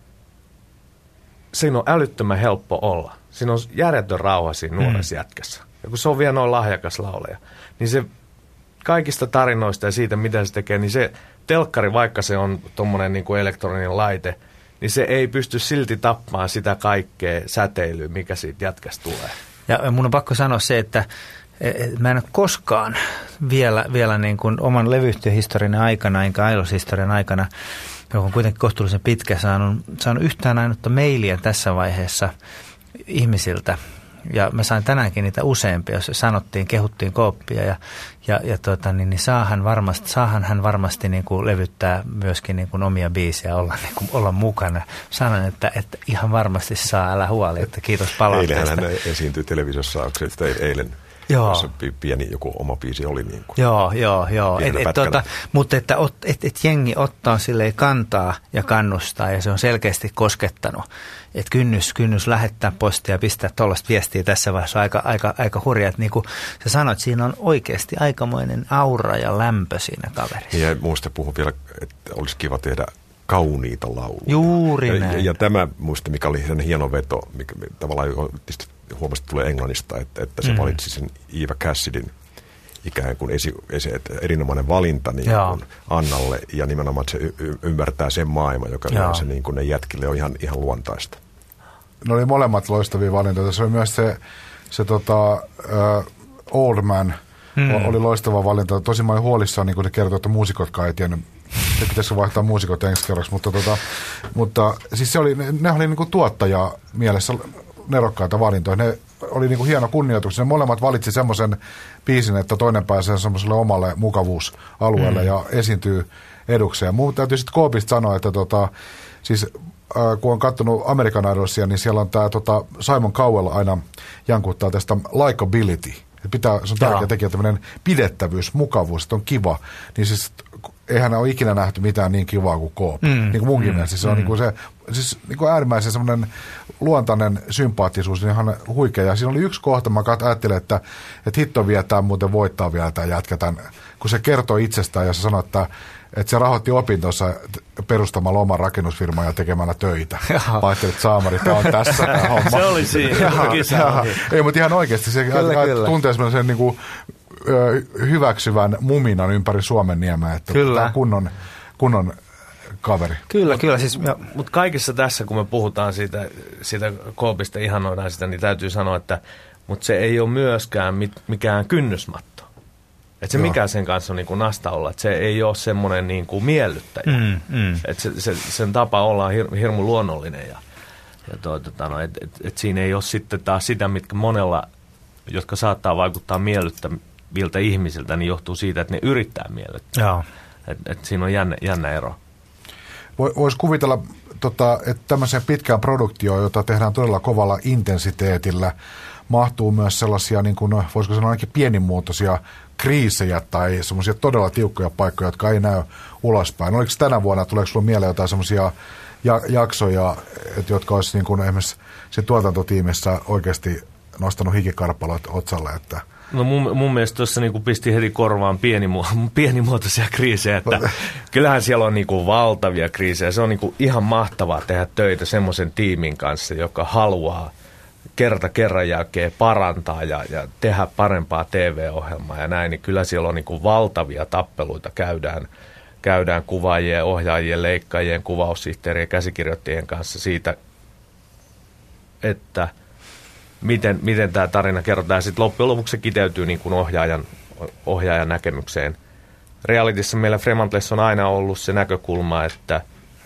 siinä on älyttömän helppo olla. Siinä on järjetön rauha siinä nuoressa jätkässä. Ja kun se on vielä noin lahjakas laulaja, niin se kaikista tarinoista ja siitä, mitä se tekee, niin se telkkari, vaikka se on tommonen niin kuin elektroninen laite, niin se ei pysty silti tappamaan sitä kaikkea säteilyä, mikä siitä jätkästä tulee. Ja mun on pakko sanoa se, että mä en ole koskaan vielä niin kuin oman levyyhtiöhistorian aikana, enkä Idols-historian aikana, joka on kuitenkin kohtuullisen pitkä, saanut yhtään ainutta mailia tässä vaiheessa ihmisiltä. Ja mä sain tänäänkin niitä useampia, jos kehuttiin Kooppia niin saahan hän varmasti niin kuin levyttää myöskin niin kuin omia biisejä, olla mukana. Sanon, että ihan varmasti saa, älä huoli, että kiitos palautteesta. Eilen hän esiintyi televisiossa, onko se eilen? Joo. Pieni joku oma biisi oli niin kuin. Joo. Mutta että jengi ottaa silleen kantaa ja kannustaa ja se on selkeästi koskettanut. Että kynnys lähettää postia ja pistää tuollaista viestiä tässä vaiheessa aika hurja. Että niin kuin sä sanoit, siinä on oikeasti aikamoinen aura ja lämpö siinä kaverissa. Ja muista puhun vielä, että olisi kiva tehdä kauniita lauluja. Juuri näin. Ja tämä muista, mikä oli hieno veto, mikä tavallaan huomasi, että tulee Englannista, että se valitsi sen Eva Cassidyn ikään kuin erinomainen valinta niin kuin Annalle ja nimenomaan, että se ymmärtää sen maailman, joka se niin kuin ne jätkille on ihan luontaista. Ne oli molemmat loistavia valintoja. Se oli myös se Old Man oli loistava valinta. Tosin mä olin huolissaan, niin kuin ne kertoi, että muusikotkaan ei tiennyt, että pitäisikö vaihtaa muusikot ensi kerraksi. Mutta siis ne oli niin kuin tuottaja mielessä nerokkaita valintoja. Ne oli niin kuin hieno kunnioitus. Ne molemmat valitsi semmoisen biisin, että toinen pääsee semmoiselle omalle mukavuusalueelle ja esiintyy edukseen. Mun täytyy sitten Koopista sanoa, että siis kun on katsonut American Idolsia, niin siellä on tämä Simon Cowell aina jankuttaa tästä likability. Se on tärkeä tekijä, tämmöinen pidettävyys, mukavuus, että on kiva. Niin siis eihän ole ikinä nähty mitään niin kivaa kuin Koop. Niin kuin munkin mielestä. Se on niin kuin se, siis niin kuin äärimmäisen semmoinen luontainen sympaattisuus, niin ihan huikea. Ja siinä oli yksi kohta, mä ajattelin, että hitto vietään muuten voittaa vielä tämä jätkä tämän, kun se kertoo itsestään ja se sanoo, että se rahoitti opintonsa perustamalla oman rakennusfirman ja tekemällä töitä. Ajattelin, että saamari, tämä on tässä tämä homma. Se oli siinä. Ei, mutta ihan oikeasti. Se tuntee semmoisen niin kuin hyväksyvän muminan ympäri Suomen niemeä. Että tämä on kunnon kaveri. Kyllä. Siis, mutta kaikessa tässä, kun me puhutaan siitä Koopista, ihanoidaan sitä, niin täytyy sanoa, että mutta se ei ole myöskään mikään kynnysmatto. Että se mikä sen kanssa on niin kuin nasta olla, että se ei ole semmoinen niin kuin miellyttäjä. Että sen tapa olla on hirmu luonnollinen et siinä ei ole sitten taas sitä, mitkä monella, jotka saattaa vaikuttaa miellyttäviltä ihmisiltä, niin johtuu siitä, että ne yrittää miellyttää. Että siinä on jännä ero. Voisi kuvitella, että tämmöiseen pitkään produktioon, jota tehdään todella kovalla intensiteetillä, mahtuu myös sellaisia, niin kuin, voisiko sanoa ainakin pienimuotoisia kriisejä tai semmoisia todella tiukkoja paikkoja, jotka ei näy ulospäin. Oliko tänä vuonna, tuleeko sinulla mieleen jotain semmoisia jaksoja, jotka olisi niin kuin esimerkiksi se tuotantotiimissä oikeasti nostanut hikikarpaloit otsalle, että... No mun mielestä tuossa niinku pisti heti korvaan pienimuotoisia kriisejä, että kyllähän siellä on niinku valtavia kriisejä. Se on niinku ihan mahtavaa tehdä töitä semmoisen tiimin kanssa, joka haluaa kerran jälkeen parantaa ja tehdä parempaa TV-ohjelmaa ja näin. Niin kyllä siellä on niinku valtavia tappeluita käydään kuvaajien, ohjaajien, leikkaajien, kuvaussihteerien ja käsikirjoittajien kanssa siitä, että miten tämä tarina kerrotaan. Sitten loppujen lopuksi se kiteytyy niin kuin ohjaajan näkemykseen. Realitissa meillä Fremantlessa on aina ollut se näkökulma, että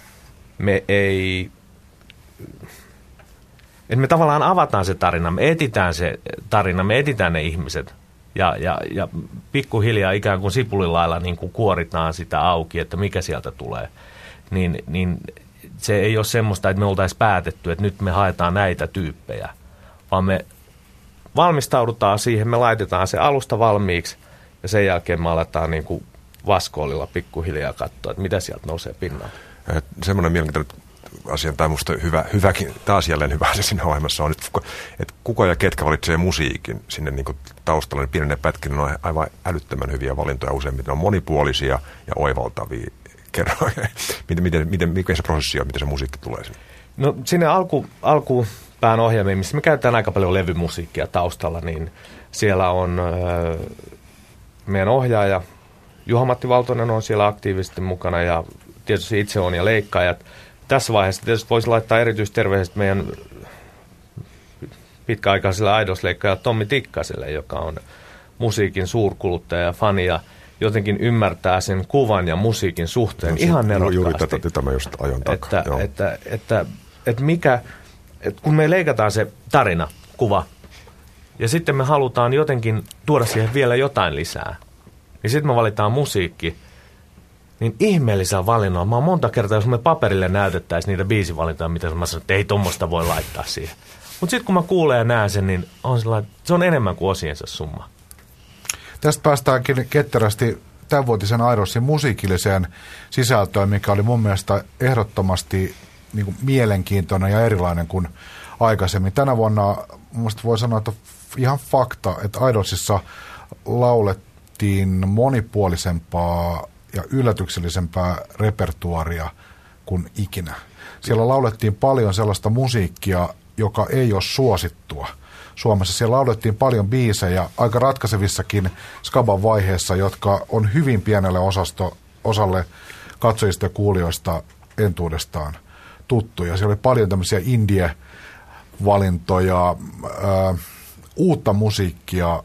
me tavallaan avataan se tarina, me etitään se tarina, me etitään ne ihmiset ja pikkuhiljaa ikään kuin sipulilailla niin kuin kuoritaan sitä auki, että mikä sieltä tulee. Niin se ei ole semmoista, että me oltaisiin päätetty, että nyt me haetaan näitä tyyppejä, vaan me valmistaudutaan siihen, me laitetaan se alusta valmiiksi ja sen jälkeen me aletaan niin kuin vaskoolilla pikkuhiljaa katsoa, että mitä sieltä nousee pinnalle. Semmoinen mielenkiintoinen asia, tai minusta hyväkin, taas jälleen hyvä asia siinä ohjelmassa on, että kuka ja ketkä valitsee musiikin sinne niin kuin taustalla, niin pienenä pätkinä on aivan älyttömän hyviä valintoja useimmiten. Ne on monipuolisia ja oivaltavia. Kerro, mikä se prosessi on, miten se musiikki tulee sinne? No sinne alkupään ohjelmiin, missä me käytetään aika paljon levymusiikkia taustalla, niin siellä on meidän ohjaaja Juha-Matti Valtonen on siellä aktiivisesti mukana ja tietysti itse on ja leikkaajat. Tässä vaiheessa tietysti voisi laittaa erityisterveiset meidän pitkäaikaiselle Idols-leikkaajalle Tommi Tikkaselle, joka on musiikin suurkuluttaja ja fani ja jotenkin ymmärtää sen kuvan ja musiikin suhteen ihan nerokkaasti. Juuri tätä mä just ajon takaa. Että kun me leikataan se tarina, kuva, ja sitten me halutaan jotenkin tuoda siihen vielä jotain lisää, niin sitten me valitaan musiikki, niin ihmeellisellä valinnalla. Mä oon monta kertaa, jos me paperille näytettäisiin niitä biisivalintoja, mitä mä sanon, että ei tommoista voi laittaa siihen. Mutta sitten kun mä kuulen ja näen sen, niin se on enemmän kuin osiensa summa. Tästä päästäänkin ketterästi tämänvuotisen Idolsin musiikilliseen sisältöön, mikä oli mun mielestä ehdottomasti niin kuin mielenkiintoinen ja erilainen kuin aikaisemmin. Tänä vuonna musta voi sanoa, että ihan fakta, että Idolsissa laulettiin monipuolisempaa ja yllätyksellisempää repertuaria kuin ikinä. Siellä laulettiin paljon sellaista musiikkia, joka ei ole suosittua Suomessa. Siellä laulettiin paljon biisejä aika ratkaisevissakin Skaban vaiheessa, jotka on hyvin pienelle osalle katsojista ja kuulijoista entuudestaan tuttuja. Siellä oli paljon tämmöisiä indie-valintoja, uutta musiikkia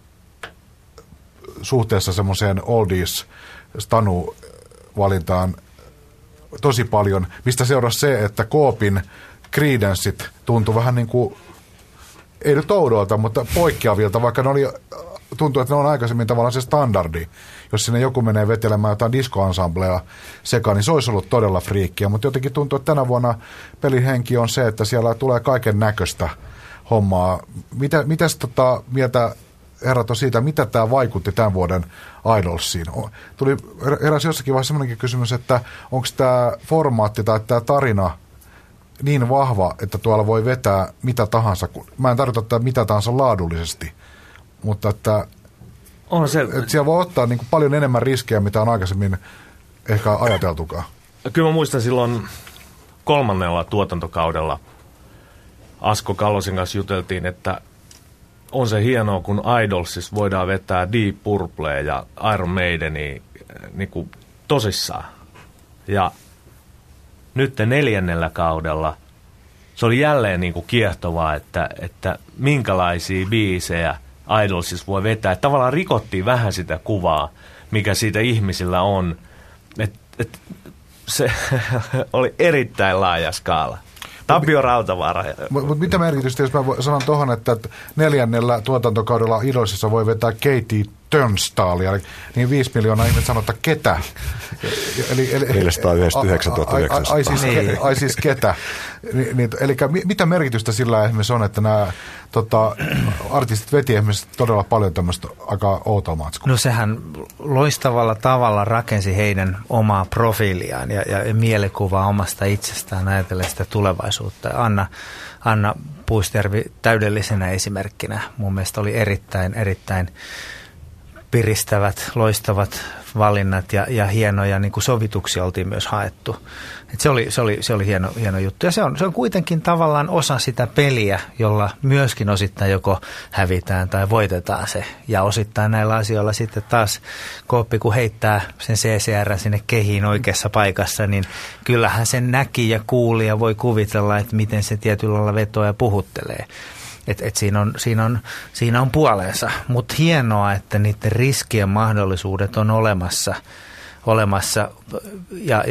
suhteessa semmoiseen oldies Stanu-valintaan tosi paljon, mistä seurasi se, että Coopin Creedenceit tuntui vähän niin kuin, ei nyt oudolta, mutta poikkeavilta, vaikka ne tuntui, että ne on aikaisemmin tavallaan se standardi. Jos sinne joku menee vetelemään jotain disco-ensembleja sekaan, niin se olisi ollut todella friikkiä, mutta jotenkin tuntuu, että tänä vuonna pelin henki on se, että siellä tulee kaiken näköistä hommaa. Mitäs mieltä herrat on siitä, mitä tämä vaikutti tämän vuoden Idolsiin? Heräsi jossakin vaiheessa sellainenkin kysymys, että onko tämä formaatti tai tämä tarina niin vahva, että tuolla voi vetää mitä tahansa. Mä en tarkoita, että mitä tahansa laadullisesti, mutta että siellä voi ottaa niin kuin paljon enemmän riskejä, mitä on aikaisemmin ehkä ajateltukaan. Kyllä mä muistan silloin 3. tuotantokaudella Asko Kallosen kanssa juteltiin, että on se hienoa, kun Idolsissa voidaan vetää Deep Purplea ja Iron Maidenia niin kuin tosissaan. Ja nyt 4. kaudella se oli jälleen niin kuin kiehtovaa, että minkälaisia biisejä Idolsissa voi vetää. Että tavallaan rikottiin vähän sitä kuvaa, mikä siitä ihmisillä on. Se oli erittäin laaja skaala. Tapio Rautavaara. Mutta mitä merkitystä, jos mä sanon tuohon, että 4. tuotantokaudella Idolsissa voi vetää Katie Turnstalia, niin 5 miljoonaa ihmiset sanoo, että ketä? 499 900. Ai siis ketä? Eli mitä merkitystä sillä esimerkiksi on, että nämä artistit veti esimerkiksi todella paljon tämmöistä aika outoa matskua? No sehän loistavalla tavalla rakensi heidän omaa profiiliaan ja mielikuvaa omasta itsestään ajatellen sitä tulevaisuutta. Anna Puustjärvi täydellisenä esimerkkinä mun mielestä oli erittäin piristävät, loistavat valinnat ja hienoja niin kuin sovituksia oltiin myös haettu. Et se oli hieno juttu. Ja se on kuitenkin tavallaan osa sitä peliä, jolla myöskin osittain joko hävitään tai voitetaan se. Ja osittain näillä asioilla sitten taas Kooppi, kun heittää sen CCR sinne kehiin oikeassa paikassa, niin kyllähän sen näki ja kuuli ja voi kuvitella, että miten se tietyllä lailla vetoo ja puhuttelee. Et siinä on puolensa, mutta hienoa, että niiden riskien mahdollisuudet on olemassa ja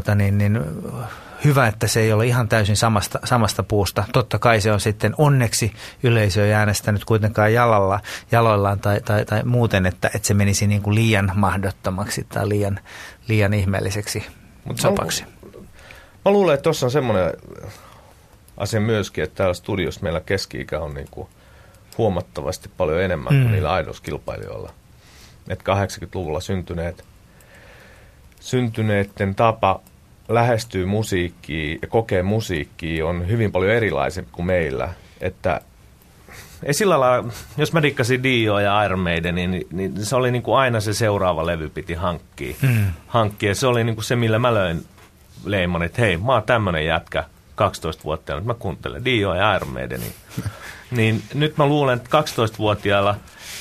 hyvä, että se ei ole ihan täysin samasta puusta. Totta kai se on sitten onneksi yleisö ei äänestänyt kuitenkaan jaloillaan tai muuten, että se menisi niin kuin liian mahdottomaksi tai liian ihmeelliseksi sopaksi. Mä luulen, että tuossa on semmoinen asia myöskin, että täällä studiossa meillä keski-ikä on niin kuin huomattavasti paljon enemmän kuin niillä Idols-kilpailijoilla. Että 80-luvulla syntyneiden tapa lähestyy musiikkiin ja kokee musiikkia on hyvin paljon erilaisempi kuin meillä. Että ei sillä lailla, jos mä dikkasin Dio ja Iron Maiden, niin se oli niin kuin aina se seuraava levy piti hankkia. Se oli niin kuin se, millä mä löin leimon, että hei, mä oon tämmönen jätkä 12 vuotta, nyt mä kuuntelen Dio ja Iron Maidenia. Niin nyt mä luulen, että 12-vuotiailla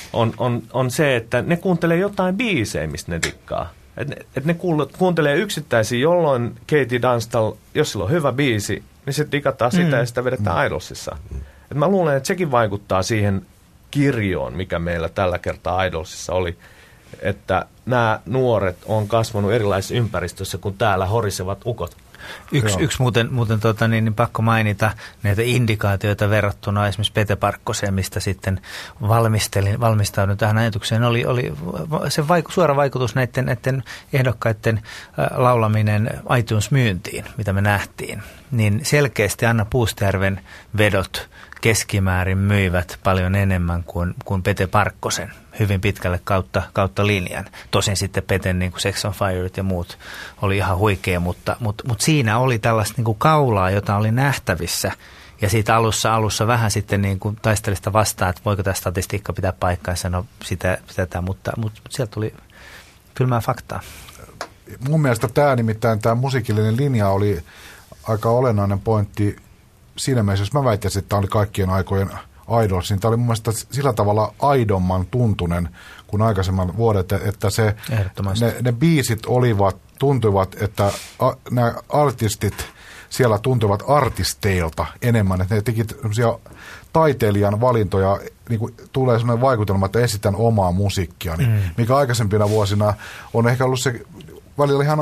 on se, että ne kuuntelee jotain biisejä, mistä ne dikkaa. Että ne kuuntelee yksittäisiä, jolloin Katie Tunstall, jos sillä on hyvä biisi, niin se dikataan sitä ja sitä vedetään Idolsissa. Et mä luulen, että sekin vaikuttaa siihen kirjoon, mikä meillä tällä kertaa Idolsissa oli, että nämä nuoret on kasvanut erilaisissa ympäristöissä kuin täällä horisevat ukot. Yksi muuten pakko mainita näitä indikaatioita verrattuna esimerkiksi Pete Parkkoseen, mistä sitten valmistaudun tähän ajatukseen, oli se suora vaikutus näiden ehdokkaiden laulaminen iTunes-myyntiin, mitä me nähtiin. Niin selkeästi Anna Puustjärven vedot keskimäärin myivät paljon enemmän kuin Pete Parkkosen hyvin pitkälle kautta linjan. Tosin sitten Peten niin kuin Sex on Fire ja muut oli ihan huikea, mutta siinä oli tällaista niin kuin kaulaa, jota oli nähtävissä. Ja siitä alussa vähän sitten niin kuin taistelista vastaan, että voiko tämä statistiikka pitää paikkaansa, no sitä mutta sieltä tuli kylmää faktaa. Mun mielestä tämä musiikillinen linja oli aika olennainen pointti siinä mielessä, jos mä väittäisin, että tämä oli kaikkien aikojen Idols, niin tämä oli mun mielestä sillä tavalla aidomman tuntunen kuin aikaisemman vuodet, että ne biisit tuntuivat, että nämä artistit siellä tuntuivat artisteilta enemmän, että ne teki sellaisia taiteilijan valintoja, niin kuin tulee sellainen vaikutelma, että esitän omaa musiikkiani, mikä aikaisempina vuosina on ehkä ollut se välillä ihan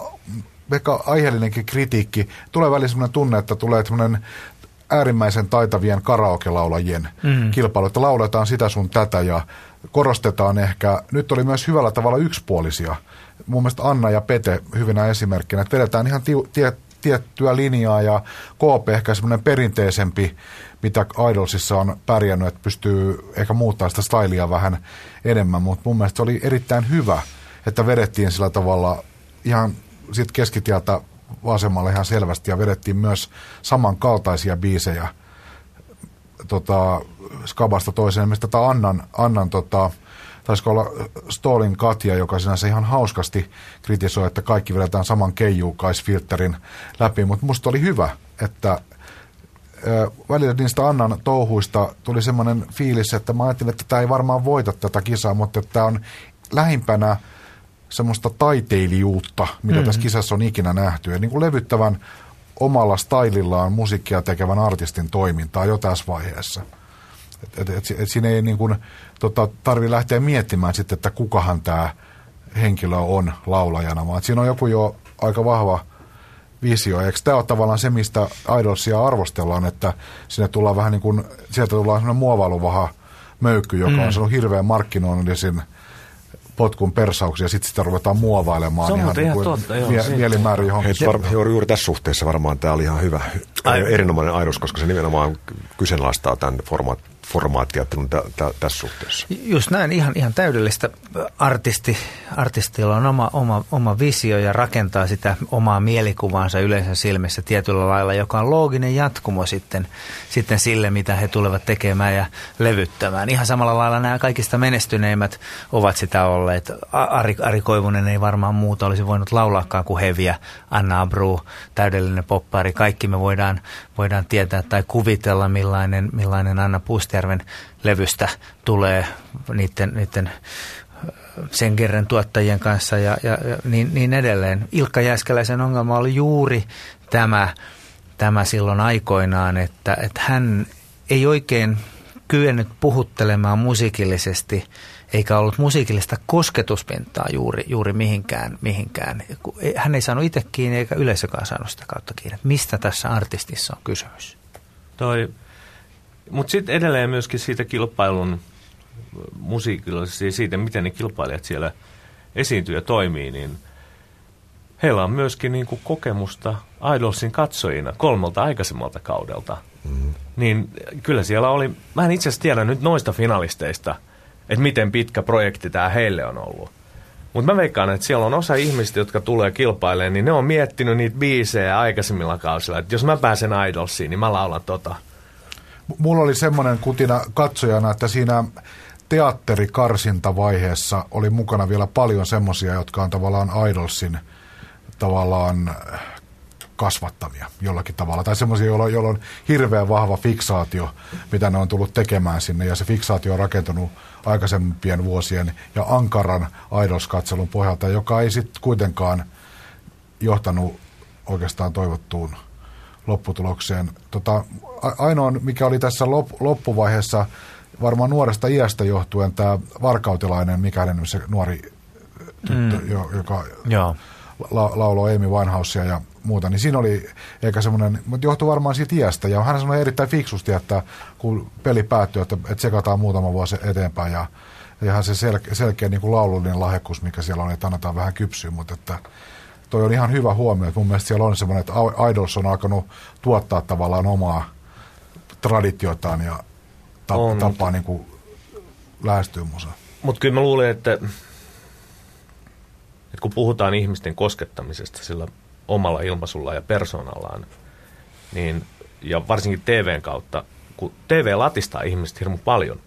ehkä aiheellinenkin kritiikki. Tulee välillä sellainen tunne, että tulee sellainen äärimmäisen taitavien karaoke-laulajien kilpailu, että lauletaan sitä sun tätä ja korostetaan ehkä. Nyt oli myös hyvällä tavalla yksipuolisia. Mun mielestä Anna ja Pete hyvinä esimerkkinä, että vedetään ihan tiettyä linjaa ja KP ehkä semmoinen perinteisempi, mitä Idolsissa on pärjännyt, että pystyy ehkä muuttamaan sitä stylia vähän enemmän, mutta mun mielestä se oli erittäin hyvä, että vedettiin sillä tavalla ihan sitten keskitieltä vasemmalle ihan selvästi ja vedettiin myös samankaltaisia biisejä skabasta toiseen. Mistä tätä Annan taisiko olla Stolin Katja, joka sinänsä ihan hauskasti kritisoi, että kaikki vedetään saman keijuukaisfilterin läpi, mutta musta oli hyvä, että välillä niistä Annan touhuista tuli semmoinen fiilis, että mä ajattelin, että tämä ei varmaan voita tätä kisaa, mutta tämä on lähimpänä semmoista taiteilijuutta, mitä tässä kisassa on ikinä nähty. Ja niin kuin levyttävän omalla stylillaan musiikkia tekevän artistin toimintaa jo tässä vaiheessa. Et siinä ei niin kuin, tarvitse lähteä miettimään sitten, että kukahan tämä henkilö on laulajana, vaan siinä on joku jo aika vahva visio. Eikö tämä ole tavallaan se, mistä Idolsia arvostellaan, että sinne tullaan vähän niin kuin, sieltä tullaan sellainen muovailuvaha möykky, joka on sanonut hirveän markkinoinnisin potkun persauksia, ja sitten sitä ruvetaan muovailemaan ihan mielimäärin johonkin. Juuri tässä suhteessa varmaan tämä oli ihan hyvä, erinomainen Idols, koska se nimenomaan kyseenalaistaa tämän formaattiajattelun tässä suhteessa. Just näin, ihan täydellistä. Artistilla on oma visio ja rakentaa sitä omaa mielikuvaansa yleensä silmissä tietyllä lailla, joka on looginen jatkumo sitten sille, mitä he tulevat tekemään ja levyttämään. Ihan samalla lailla nämä kaikista menestyneimmät ovat sitä olleet. Ari Koivunen ei varmaan muuta olisi voinut laulaakaan kuin Heviä, Anna Abru, täydellinen poppari. Kaikki me voidaan tietää tai kuvitella, millainen Anna Puustjärven levystä tulee niiden Sengerren tuottajien kanssa ja niin edelleen. Ilkka Jääskeläisen ongelma oli juuri tämä silloin aikoinaan, että hän ei oikein kyennyt puhuttelemaan musiikillisesti, eikä ollut musiikillista kosketuspintaa juuri mihinkään. Hän ei saanut itse kiinni, eikä yleisökään saanut sitä kautta kiinni. Mistä tässä artistissa on kysymys? Mutta sitten edelleen myöskin siitä kilpailun musiikillisesti, siitä miten ne kilpailijat siellä esiintyy ja toimii, niin heillä on myöskin niinku kokemusta Idolsin katsojina 3 aikaisemmalta kaudelta. Niin kyllä siellä oli, mä en itse asiassa tiedä nyt noista finalisteista, että miten pitkä projekti tämä heille on ollut. Mutta mä veikkaan, että siellä on osa ihmistä, jotka tulee kilpailemaan, niin ne on miettinyt niitä biisejä aikaisemmilla kausilla, että jos mä pääsen Idolsiin, niin mä laulan tota. Mulla oli semmoinen kutina katsojana, että siinä teatterikarsintavaiheessa oli mukana vielä paljon semmoisia, jotka on tavallaan Idolsin tavallaan kasvattamia jollakin tavalla. Tai semmoisia, joilla on hirveän vahva fiksaatio, mitä ne on tullut tekemään sinne. Ja se fiksaatio on rakentunut aikaisempien vuosien ja ankaran Idols-katselun pohjalta, joka ei sitten kuitenkaan johtanut oikeastaan toivottuun lopputulokseen. Ainoa, mikä oli tässä loppuvaiheessa, varmaan nuoresta iästä johtuen, tämä varkautelainen, mikä hänen se nuori tyttö, joka lauloi Amy Winehouseia ja muuta, niin siinä oli eikä semmoinen, mutta johtui varmaan siitä iästä, ja hän sanoi erittäin fiksusti, että kun peli päättyy, että tsekataan muutama vuosi eteenpäin, ja ihan se selkeä niin kuin laulullinen lahjakkuus, mikä siellä on, että annetaan vähän kypsyä, mutta että toi on ihan hyvä huomio, että mun mielestä siellä on semmoinen, että Idols on alkanut tuottaa tavallaan omaa traditiotaan ja tapaa niin kuin lähestyä musaa. Mutta kyllä mä luulen, että kun puhutaan ihmisten koskettamisesta sillä omalla ilmaisulla ja persoonallaan, niin, ja varsinkin TVn kautta, kun TV latistaa ihmiset hirmu paljon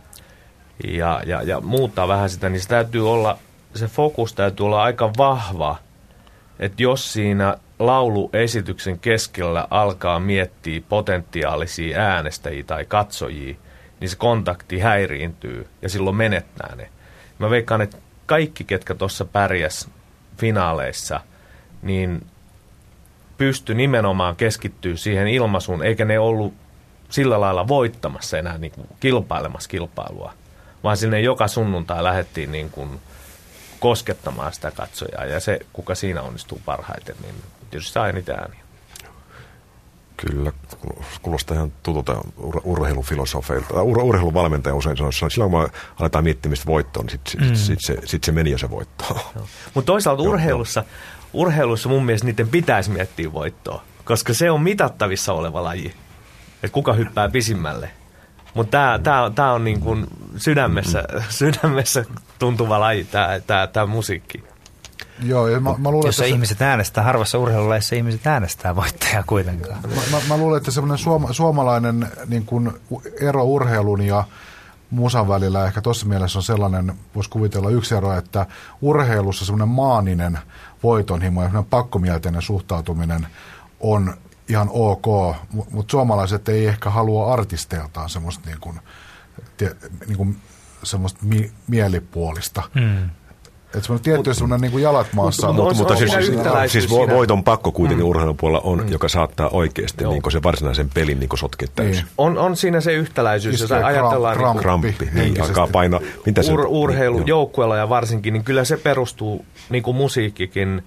ja muuttaa vähän sitä, niin se täytyy olla, se fokus täytyy olla aika vahva, että jos siinä lauluesityksen keskellä alkaa miettiä potentiaalisia äänestäjiä tai katsojia, niin se kontakti häiriintyy ja silloin menettää ne. Mä veikkaan, että kaikki, ketkä tuossa pärjäs finaaleissa, niin pysty nimenomaan keskittyä siihen ilmaisuun, eikä ne ollut sillä lailla voittamassa enää niin kuin kilpailemassa kilpailua, vaan sinne joka sunnuntai lähdettiin niin kuin koskettamaan sitä katsojaa, ja se, kuka siinä onnistuu parhaiten, niin tietysti saa eniten ääniä. Kyllä, kuulostaa ihan tutulta urheilufilosofeilta. Urheiluvalmentaja usein sanoo, että silloin kun aletaan miettimistä voittoon, niin sit se meni jo se voitto. Mutta toisaalta urheilussa mun mielestä niiden pitäisi miettiä voittoa, koska se on mitattavissa oleva laji, että kuka hyppää pisimmälle. Mutta tämä on niin kuin sydämessä tuntuva laji, tämä musiikki. Joo, ja mä luulen, jossa ihmiset äänestää, harvassa urheilulajissa ihmiset äänestää voittajaa kuitenkaan. Mä luulen, että semmoinen suomalainen niin kuin ero urheilun ja musan välillä ehkä tuossa mielessä on sellainen, voisi kuvitella yksi ero, että urheilussa semmoinen maaninen voitonhimo ja semmoinen pakkomielteinen suhtautuminen on ihan ok, mutta suomalaiset ei ehkä halua artisteiltaan semmoista niin kuin semmoista mielipuolista Että semmoinen tietty semmoinen niin kuin jalat maassa. Mutta siis voiton pakko kuitenkin urheilupuolella on, joka saattaa oikeasti niin kuin se varsinaisen pelin niin kuin sotkea täysin. On siinä se yhtäläisyys, jos ajatellaan kramppi, niin alkaa painaa. Urheilujoukkueella ja varsinkin, niin kyllä se perustuu, niin kuin musiikkikin,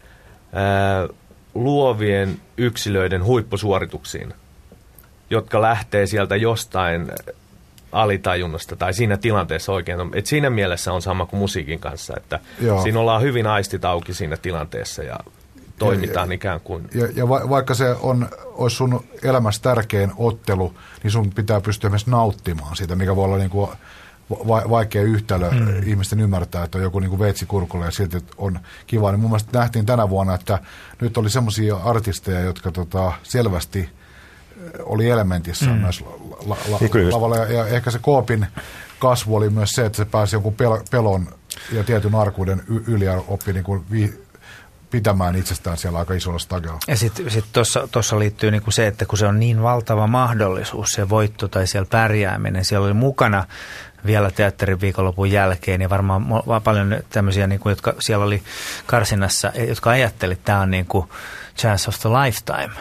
luovien yksilöiden huippusuorituksiin, jotka lähtee sieltä jostain alitajunnasta tai siinä tilanteessa oikein. Et siinä mielessä on sama kuin musiikin kanssa, että siinä ollaan hyvin aistit auki siinä tilanteessa ja toimitaan ikään kuin. Ja vaikka se olisi sun elämässä tärkein ottelu, niin sun pitää pystyä myös nauttimaan siitä, mikä voi olla niin kuin vaikea yhtälö ihmisten ymmärtää, että on joku niin kuin veitsi kurkulle ja silti on kiva. Niin mun mielestä nähtiin tänä vuonna, että nyt oli semmoisia artisteja, jotka selvästi oli elementissä myös lavalla. Ja ehkä se Koopin kasvu oli myös se, että se pääsi jonkun pelon ja tietyn arkuuden yli ja oppi niin kuin pitämään itsestään siellä aika isolla stagella. Ja sitten tuossa liittyy niinku se, että kun se on niin valtava mahdollisuus, se voitto tai siellä pärjääminen, siellä oli mukana vielä teatterin viikonlopun jälkeen ja varmaan paljon tämmöisiä, niinku, jotka siellä oli karsinnassa, jotka ajatteli, että tämä on niinku chance of the lifetime.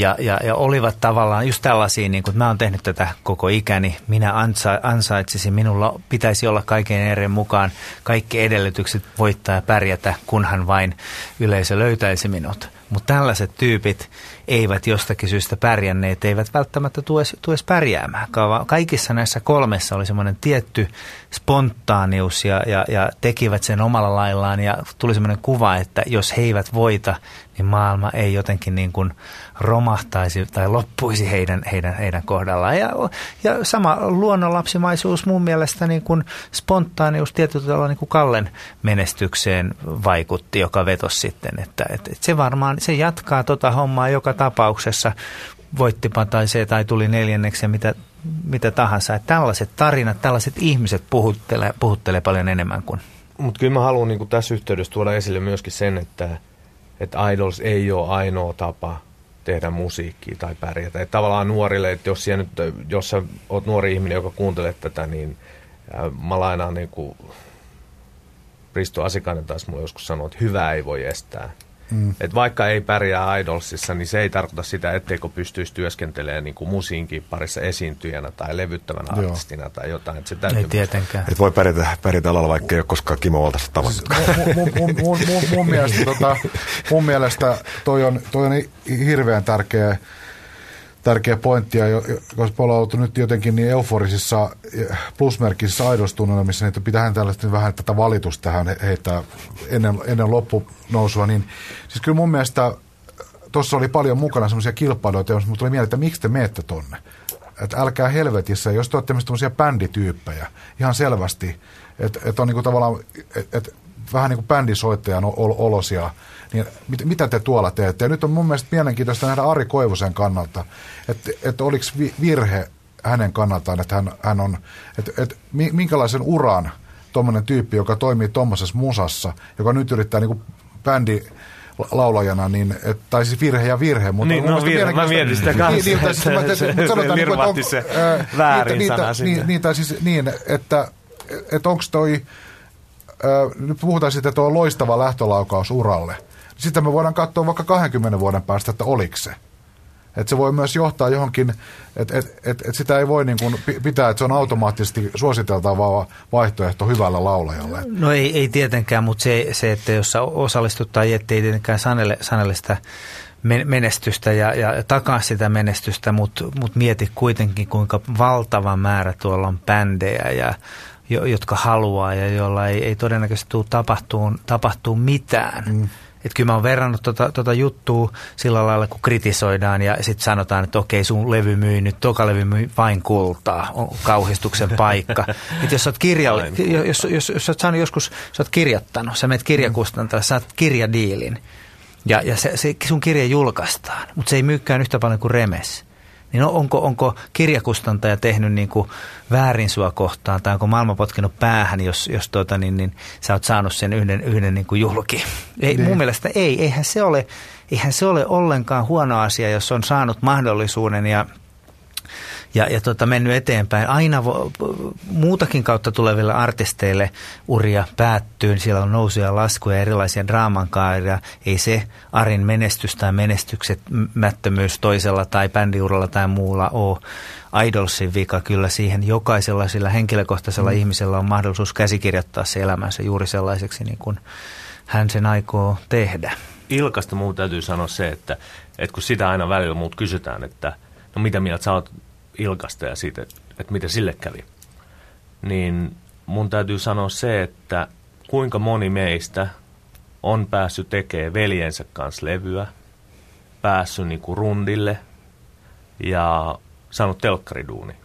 Ja olivat tavallaan just tällaisia, niin kuin, että mä oon tehnyt tätä koko ikäni, minä ansaitsisin, minulla pitäisi olla kaiken eri mukaan kaikki edellytykset voittaa ja pärjätä, kunhan vain yleisö löytäisi minut. Mutta tällaiset tyypit eivät jostakin syystä pärjänneet, eivät välttämättä tule edes pärjäämään. Kaikissa näissä kolmessa oli semmoinen tietty spontaanius ja tekivät sen omalla laillaan ja tuli semmoinen kuva, että jos he eivät voita, niin maailma ei jotenkin niin kuin romahtaisi tai loppuisi heidän kohdallaan. Ja sama luonnonlapsimaisuus mun mielestä niin kuin spontaanius tietyllä tavalla niin kuin Kallen menestykseen vaikutti, joka vetosi sitten, että se varmaan, se jatkaa tota hommaa joka tapauksessa, voittipa tai se tai tuli neljänneksi ja mitä tahansa. Että tällaiset tarinat, tällaiset ihmiset puhuttelee paljon enemmän kuin. Mutta kyllä mä haluan niin kuin tässä yhteydessä tuoda esille myöskin sen, että Idols ei ole ainoa tapa tehdä musiikkia tai pärjätä. Että tavallaan nuorille, että jos sä oot nuori ihminen, joka kuuntelee tätä, niin mä lainaan niin kuin Risto Asikainen taas mulle joskus sanoo, että hyvää ei voi estää. Että vaikka ei pärjää Idolsissa, niin se ei tarkoita sitä, etteikö pystyisi työskentelemään niin kuin musiikin parissa esiintyjänä tai levyttävänä artistina tai jotain. Että se täytyy ei tietenkään. Että voi pärjätä alalla, vaikka ei ole koskaan Kimo Valtasta tavannut. Mun mielestä toi on hirveän tärkeä pointti, ja koska me ollaan oltu nyt jotenkin niin euforisissa plusmerkisissä Idols-tunnelmissa, niin että pitäähän tällaista vähän tätä valitusta tähän heittää ennen loppunousua, niin siis kyllä mun mielestä tuossa oli paljon mukana semmoisia kilpailuita, mutta tuli mieleen, että miksi te menette tonne? Että älkää helvetissä, jos te olette tämmöisiä bändityyppejä, ihan selvästi, että on niinku tavallaan, että vähän niin kuin bändisoittajan olosia, niin mitä te tuolla teette? Ja nyt on mun mielestä mielenkiintoista nähdä Ari Koivusen kannalta, että oliko virhe hänen kannaltaan, että hän on, että minkälaisen uran tuommoinen tyyppi, joka toimii tuommoisessa musassa, joka nyt yrittää niin kuin bändilaulajana, niin, tai siis virhe, mutta niin, mä mietin sitä kanssa, se lirvahti se väärin sana sinne. Niin, että onko toi, nyt puhutaan siitä, että on loistava lähtölaukaus uralle. Sitten me voidaan katsoa vaikka 20 vuoden päästä, että oliko se. Että se voi myös johtaa johonkin, että sitä ei voi niin kuin pitää, että se on automaattisesti suositeltava vaihtoehto hyvällä laulajalle. No ei tietenkään, mutta se, että jos sä osallistut tai ettei tietenkään sanele sitä menestystä ja takaa sitä menestystä, mutta mieti kuitenkin, kuinka valtava määrä tuolla on bändejä jotka haluaa ja joilla ei todennäköisesti tule tapahtuu mitään. Että kyllä mä oon verrannut tota juttua sillä lailla, kun kritisoidaan ja sitten sanotaan, että okei, sun levy myy nyt, toka levy myy vain kultaa, on kauhistuksen paikka. Että jos sä oot jos sä oot saanut joskus, sä oot kirjoittanut, sä menet kirjakustantajalle, saat kirjadiilin ja se sun kirja julkaistaan, mutta se ei myykään yhtä paljon kuin Remes. Niin onko kirjakustantaja tehnyt niin kuin väärin sua kohtaan, tai onko maailma potkinut päähän, jos sä oot saanut sen yhden niin kuin julki? Mun mielestä eihän se ole ollenkaan huono asia, jos on saanut mahdollisuuden ja mennyt eteenpäin. Aina muutakin kautta tuleville artisteille uria päättyy. Siellä on nousuja ja laskuja, erilaisia draamankaaria. Ei se Arin menestys tai menestyksetmättömyys toisella tai bändiuralla tai muulla ole Idolsin vika. Kyllä siihen jokaisella sillä henkilökohtaisella ihmisellä on mahdollisuus käsikirjoittaa se elämänsä juuri sellaiseksi, niin kuin hän sen aikoo tehdä. Ilkasta mun täytyy sanoa se, että kun sitä aina välillä muut kysytään, että no mitä mieltä sä oot Ilkasta ja siitä, että miten sille kävi, niin mun täytyy sanoa se, että kuinka moni meistä on päässyt tekemään veljensä kanssa levyä, päässyt niinku rundille ja saanut telkkariduuni.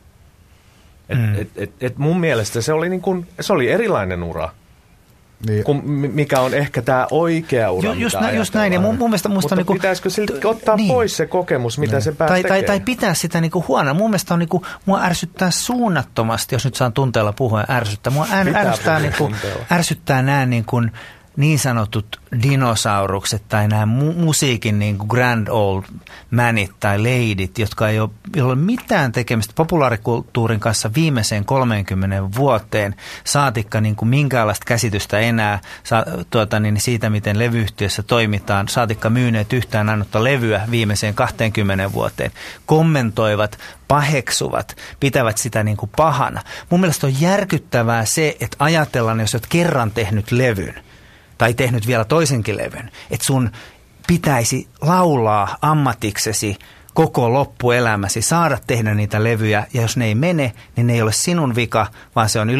Mun mielestä se oli, se oli erilainen ura. Niin. Mikä on ehkä tämä oikea ura, just näin. Ja mun mielestä mutta niinku, pitäisikö siltä ottaa pois se kokemus, mitä se pääsi tekemään? Tai pitää sitä niinku huono. Mun mielestä on mua ärsyttää suunnattomasti, jos nyt saan tunteella puhua ärsyttää. Mua ärsyttää nämä niin sanotut dinosaurukset tai nämä musiikin niin kuin grand old manit tai ladyt, jotka ei ole mitään tekemistä populaarikulttuurin kanssa viimeiseen 30 vuoteen, saatikka niin kuin minkäänlaista käsitystä enää siitä, miten levyyhtiössä toimitaan, saatikka myyneet yhtään ainutta levyä viimeiseen 20 vuoteen, kommentoivat, paheksuvat, pitävät sitä niin kuin pahana. Mun mielestä on järkyttävää se, että ajatellaan, jos olet kerran tehnyt levyn, tai tehnyt vielä toisenkin levyn, että sun pitäisi laulaa ammatiksesi koko loppuelämäsi, saada tehdä niitä levyjä, ja jos ne ei mene, niin ne ei ole sinun vika, vaan se on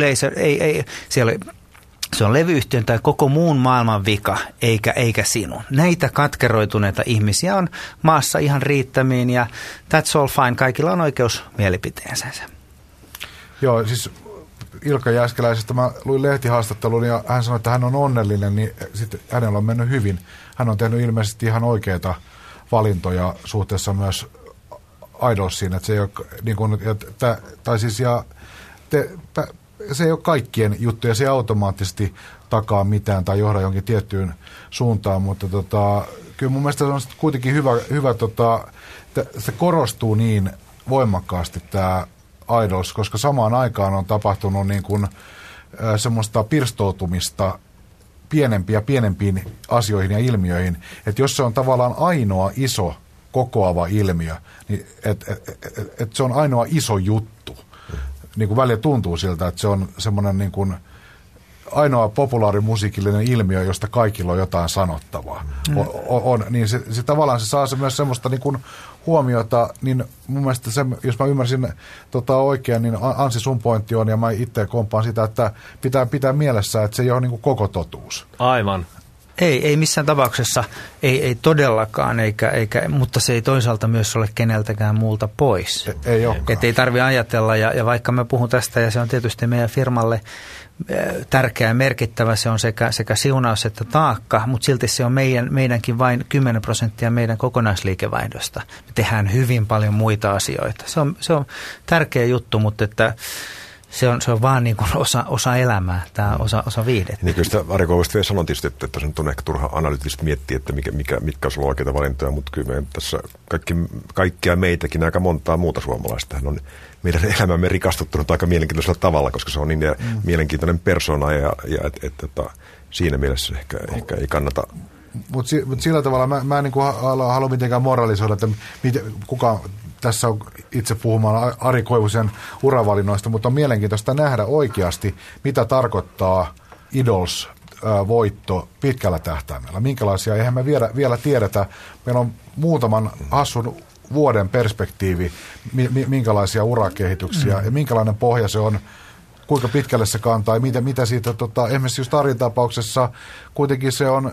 se on levyyhtiön tai koko muun maailman vika, eikä sinun. Näitä katkeroituneita ihmisiä on maassa ihan riittämiin, ja that's all fine, kaikilla on oikeus mielipiteensä. Joo, siis Ilkka Jääskeläisestä mä luin lehtihaastattelun ja hän sanoi, että hän on onnellinen, niin sitten hänellä on mennyt hyvin. Hän on tehnyt ilmeisesti ihan oikeita valintoja suhteessa myös Idolsiin, että se ei ole niin kuin, se ei ole kaikkien juttuja, se ei automaattisesti takaa mitään tai johda jonkin tiettyyn suuntaan, mutta kyllä mun mielestä se on kuitenkin hyvä se korostuu niin voimakkaasti tämä Idols, koska samaan aikaan on tapahtunut niin kuin semmoista pirstoutumista pienempiin asioihin ja ilmiöihin, että jos se on tavallaan ainoa iso kokoava ilmiö, niin että se on ainoa iso juttu. Niin kuin välillä tuntuu siltä, että se on semmoinen niin kuin ainoa populaarimusiikillinen ilmiö, josta kaikilla on jotain sanottavaa. Niin se tavallaan se saa se myös semmoista niin kuin huomiota, niin mun mielestä se, jos mä ymmärsin oikein, niin Ansi sun pointti on, ja mä itse kompaan sitä, että pitää mielessä, että se ei ole niin kuin koko totuus. Aivan. Ei missään tapauksessa, ei todellakaan, mutta se ei toisaalta myös ole keneltäkään muulta pois. Ei olekaan. Että ei tarvitse ajatella, ja vaikka mä puhun tästä, ja se on tietysti meidän firmalle tärkeä ja merkittävä, se on sekä siunaus että taakka, mutta silti se on meidänkin vain 10% meidän kokonaisliikevaihdosta. Me tehdään hyvin paljon muita asioita. Se on tärkeä juttu, mutta että se on vaan niin kuin osa elämää, tämä osa viihdettä. Niin kyllä sitä Ari Koivusta vielä sanon tietysti, että se on ehkä turha analyyttisesti miettiä, että mitkä on ollut oikeita valintoja, mutta kyllä me tässä kaikkia meitäkin aika montaa muuta suomalaista. Hän on meidän elämämme rikastuttunut aika mielenkiintoisella tavalla, koska se on niin mielenkiintoinen persona ja siinä mielessä ehkä ei kannata. Mutta sillä tavalla mä en niin halua mitenkään moralisoida, että kuka tässä on itse puhumaan Ari Koivusen uravalinnoista, mutta on mielenkiintoista nähdä oikeasti, mitä tarkoittaa Idols-voitto pitkällä tähtäimellä. Minkälaisia, eihän me vielä tiedetä, meillä on muutaman hassun vuoden perspektiivi, minkälaisia urakehityksiä ja minkälainen pohja se on, kuinka pitkälle se kantaa ja mitä siitä, esimerkiksi just Arin tapauksessa kuitenkin se on,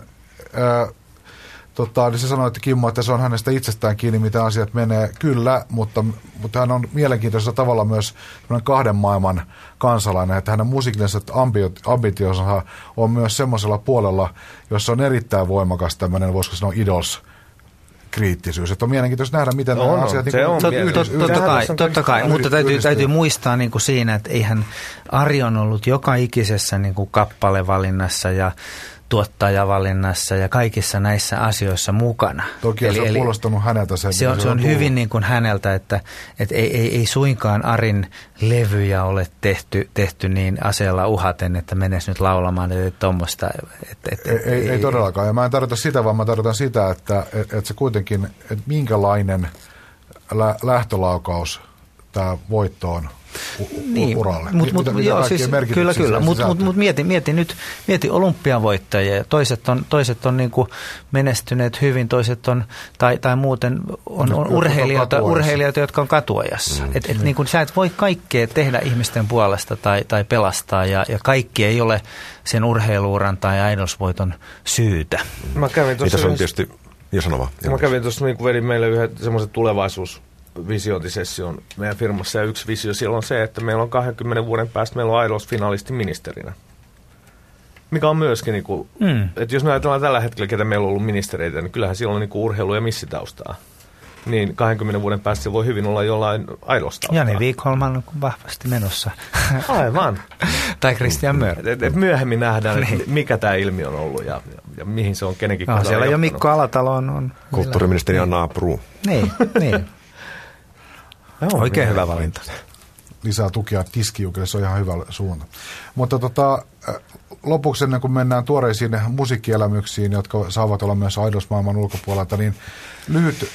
niin se sanoi, että Kimmo, että se on hänestä itsestään kiinni, miten asiat menee. Kyllä, mutta hän on mielenkiintoisella tavalla myös kahden maailman kansalainen, että hänen musiikilliset ambitionsa on myös semmoisella puolella, jossa on erittäin voimakas tämmöinen, voisiko sanoa Idols-kriittisyys. Että on mielenkiintoista nähdä, miten nämä asiat Totta kai, mutta täytyy muistaa niin kuin siinä, että eihän Ari on ollut joka ikisessä niin kuin kappalevalinnassa ja tuottajavalinnassa ja kaikissa näissä asioissa mukana. Toki se on kuulostanut häneltä se. Se on hyvin niin kuin häneltä, että ei suinkaan Arin levyjä ole tehty niin aseella uhaten, että menes nyt laulamaan tuommoista. Ei todellakaan. Ja mä en tarkoita sitä, vaan mä tarkoitan sitä, että se kuitenkin, että minkälainen lähtölaukaus tämä voitto on uralle. Kyllä. Mutta mieti olympiavoittajia. Toiset on niin kuin menestyneet hyvin, toiset on, tai muuten on urheilijoita, jotka on katuajassa. Et niin kuin sä et voi kaikkea tehdä ihmisten puolesta tai pelastaa, ja kaikki ei ole sen urheiluuran tai Idols-voiton syytä. Mä kävin tuossa, niin kuin vedin meille yhden semmoisen visiointisession meidän firmassa, ja yksi visio siellä on se, että meillä on 20 vuoden päästä meillä on Idols-finalisti ministerinä. Mikä on myöskin, niin kuin, että jos me ajatellaan tällä hetkellä, ketä meillä on ollut ministereitä, niin kyllähän siellä on niin kuin urheilu- ja missitaustaa. Niin 20 vuoden päästä se voi hyvin olla jollain Idols-taustaa. Jani Wikholm on vahvasti menossa. Aivan. Tai Christian Mör. Myöhemmin nähdään, että mikä tämä ilmiö on ollut ja mihin se on kenenkin kohdalla siellä jo Mikko Alatalo on kulttuuriministeri Anna Apru. Niin. Oikein hyvä valinta. Lisää tukea Tiskiukille, se on ihan hyvä suunta. Mutta lopuksi ennen kuin mennään tuoreisiin musiikkielämyksiin, jotka saavat olla myös Idols-maailman ulkopuolelta, niin lyhyt,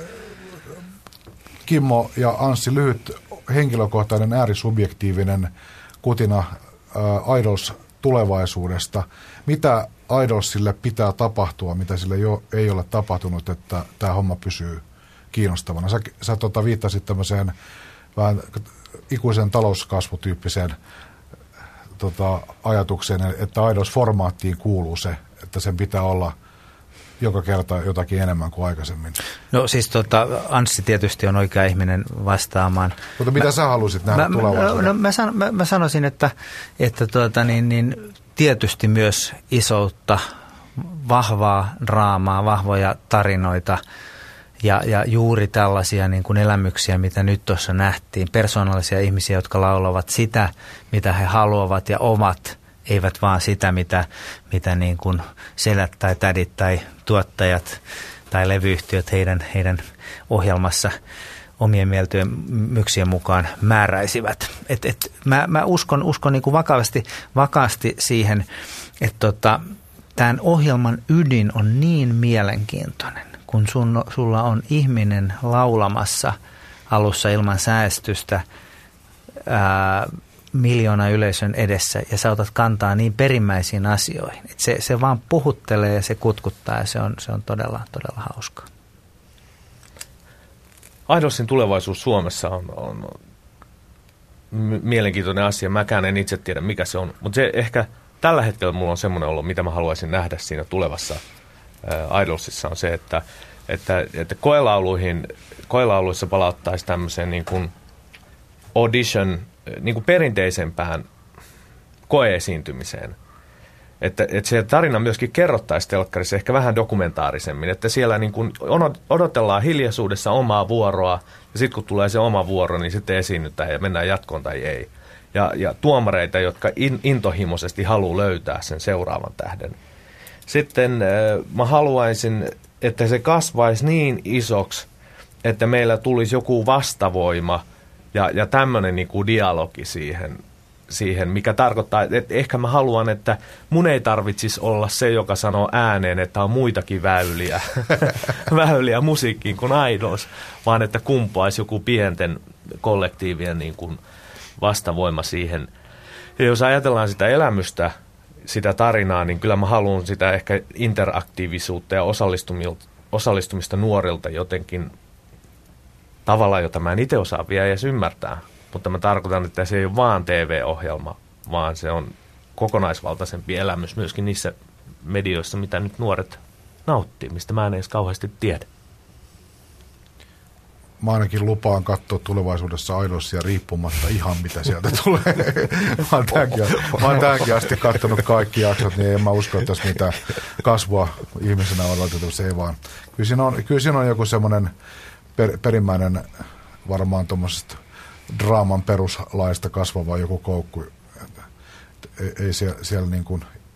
Kimmo ja Anssi, lyhyt henkilökohtainen äärisubjektiivinen kutina Idols tulevaisuudesta. Mitä Idolsille pitää tapahtua, mitä sille ei ole tapahtunut, että tämä homma pysyy kiinnostavana? Sä viittasit tämmöiseen vähän ikuisen talouskasvutyyppiseen ajatukseen, että Idols-formaattiin kuuluu se, että sen pitää olla joka kerta jotakin enemmän kuin aikaisemmin. No siis Anssi tietysti on oikea ihminen vastaamaan. Mutta mitä sä haluaisit nähdä tulevaisuudessa? Mä sanoisin, että tietysti myös isoutta, vahvaa draamaa, vahvoja tarinoita ja juuri tällaisia niin kuin elämyksiä, mitä nyt tuossa nähtiin. Persoonallisia ihmisiä, jotka laulavat sitä, mitä he haluavat ja ovat, eivät vaan sitä, mitä niin kuin selät tai tädit tai tuottajat tai levyyhtiöt heidän ohjelmassa omien mieltymyksien mukaan määräisivät. Mä uskon niin kuin vakaasti siihen, että tämän ohjelman ydin on niin mielenkiintoinen, kun sulla on ihminen laulamassa alussa ilman säästystä miljoona yleisön edessä ja sä otat kantaa niin perimmäisiin asioihin. Että se vaan puhuttelee ja se kutkuttaa ja se on todella hauskaa. Idolsin tulevaisuus Suomessa on mielenkiintoinen asia. Mäkään en itse tiedä, mikä se on. Mutta se ehkä tällä hetkellä mulla on semmoinen olo, mitä mä haluaisin nähdä siinä tulevassa Idolsissa on se, että koelauluissa palattaisiin tämmöiseen niin kuin audition, niin kuin perinteisempään koeesiintymiseen. Että se tarina myöskin kerrottaisiin telkkarissa ehkä vähän dokumentaarisemmin, että siellä niin kuin odotellaan hiljaisuudessa omaa vuoroa, ja sitten kun tulee se oma vuoro, niin sitten esiinnytään ja mennään jatkoon tai ei. Ja tuomareita, jotka intohimoisesti haluaa löytää sen seuraavan tähden. Sitten mä haluaisin, että se kasvaisi niin isoksi, että meillä tulisi joku vastavoima ja tämmöinen niin kuin dialogi siihen, mikä tarkoittaa, että ehkä mä haluan, että mun ei tarvitsisi olla se, joka sanoo ääneen, että on muitakin väyliä musiikkiin kuin Idols, vaan että kumpaisi joku pienten kollektiivien niin kuin vastavoima siihen. Ja jos ajatellaan sitä elämystä, sitä tarinaa, niin kyllä mä haluan sitä ehkä interaktiivisuutta ja osallistumista nuorilta jotenkin tavalla, jota mä en itse osaa vielä edes ymmärtää. Mutta mä tarkoitan, että se ei ole vaan TV-ohjelma, vaan se on kokonaisvaltaisempi elämys myöskin niissä medioissa, mitä nyt nuoret nauttii, mistä mä en edes kauheasti tiedä. Mä ainakin lupaan katsoa tulevaisuudessa Idolsia riippumatta ihan mitä sieltä tulee. Mä oon tähänkin asti katsonut kaikki jaksot, niin en mä usko, että tässä mitään kasvua ihmisenä on laitettu. Se ei vaan. Kyllä siinä on joku semmoinen perimmäinen varmaan tuommoisesta draaman peruslaista kasvava joku koukku. Ei siellä niin kuin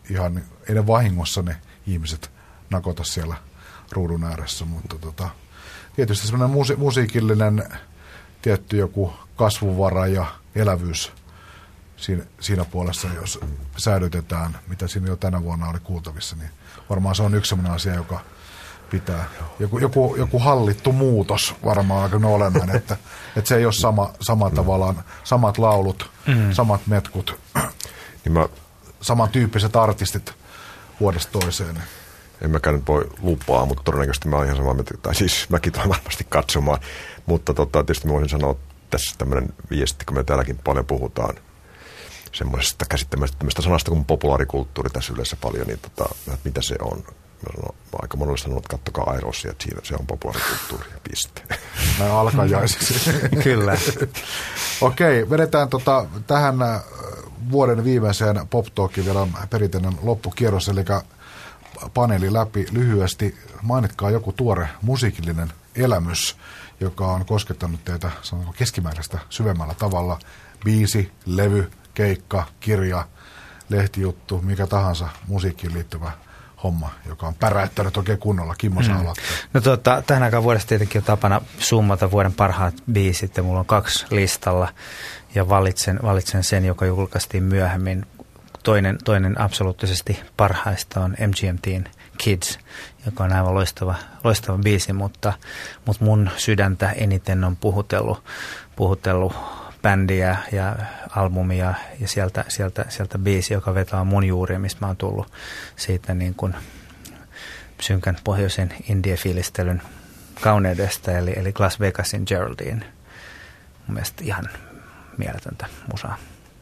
ihan, ei ne vahingossa ne ihmiset nakota siellä ruudun ääressä, mutta tietysti semmoinen musiikillinen tietty joku kasvuvara ja elävyys siinä puolessa, jos säilytetään, mitä siinä jo tänä vuonna oli kuultavissa, niin varmaan se on yksi sellainen asia, joka pitää. Joku hallittu muutos varmaan aika olennainen, että se ei ole sama tavallaan, samat laulut, samat metkut, samantyyppiset artistit vuodesta toiseen. En mäkään nyt voi lupaa, mutta todennäköisesti mä oon ihan samaa mieltä, tai siis mäkin tulen varmasti katsomaan, mutta tietysti mä voisin sanoa tässä tämmöinen viesti, kun me täälläkin paljon puhutaan semmoisesta käsittämättömästä sanasta kuin populaarikulttuuri tässä yleensä paljon, niin mitä se on? Aika monelle sanoo, että kattokaa Airosia, että siinä se on populaarikulttuuri ja piste. Näin alkajaisiksi. Kyllä. Okei, vedetään tähän vuoden viimeiseen Pop Talkiin vielä perinteinen loppukierros, eli paneeli läpi lyhyesti. Mainitkaa joku tuore musiikillinen elämys, joka on koskettanut teitä keskimääräistä syvemmällä tavalla. Biisi, levy, keikka, kirja, lehtijuttu, mikä tahansa musiikkiin liittyvä homma, joka on päräyttänyt oikein kunnolla. Kimmo saa aloittaa. No tähän aikaan vuodesta tietenkin on tapana summata vuoden parhaat biisit, ja mulla on 2 listalla, ja valitsen sen, joka julkaistiin myöhemmin. Toinen absoluuttisesti parhaista on MGMT:n Kids, joka on aivan loistava biisi, mutta mun sydäntä eniten on puhutellut bändiä ja albumia ja sieltä biisi, joka vetää mun juuria, mistä mä oon tullut siitä niin kuin synkän pohjoisen indie-fiilistelyn kauneudesta, eli Las Vegasin Geraldine. Mun mielestä ihan mieletöntä musaa.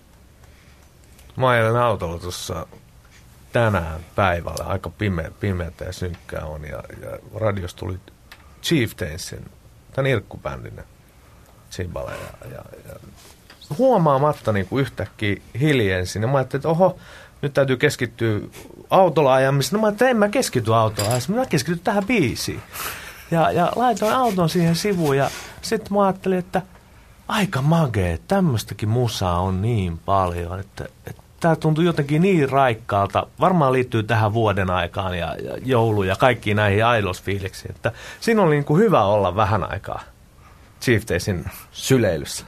Mä ajelen autolla tuossa tänään päivällä, aika pimeätä ja synkkää on, ja radiosta tuli Chieftainsin, tämän irkkubändin Chimbala, ja huomaamatta niin kuin yhtäkkiä hiljensin, ja mä ajattelin, että oho, nyt täytyy keskittyä autolla ajamiseen. No mä ajattelin, että en mä keskity autolla ajamiseen, mä keskityn tähän biisiin. Ja laitoin auton siihen sivuun, ja sitten mä ajattelin, että aika magee, tämmöistäkin musaa on niin paljon, että tämä tuntuu jotenkin niin raikkaalta. Varmaan liittyy tähän vuoden aikaan ja jouluun ja kaikkiin näihin Idols-fiiliksiin, että siinä oli niin kuin hyvä olla vähän aikaa Chieftainsin syleilyssä.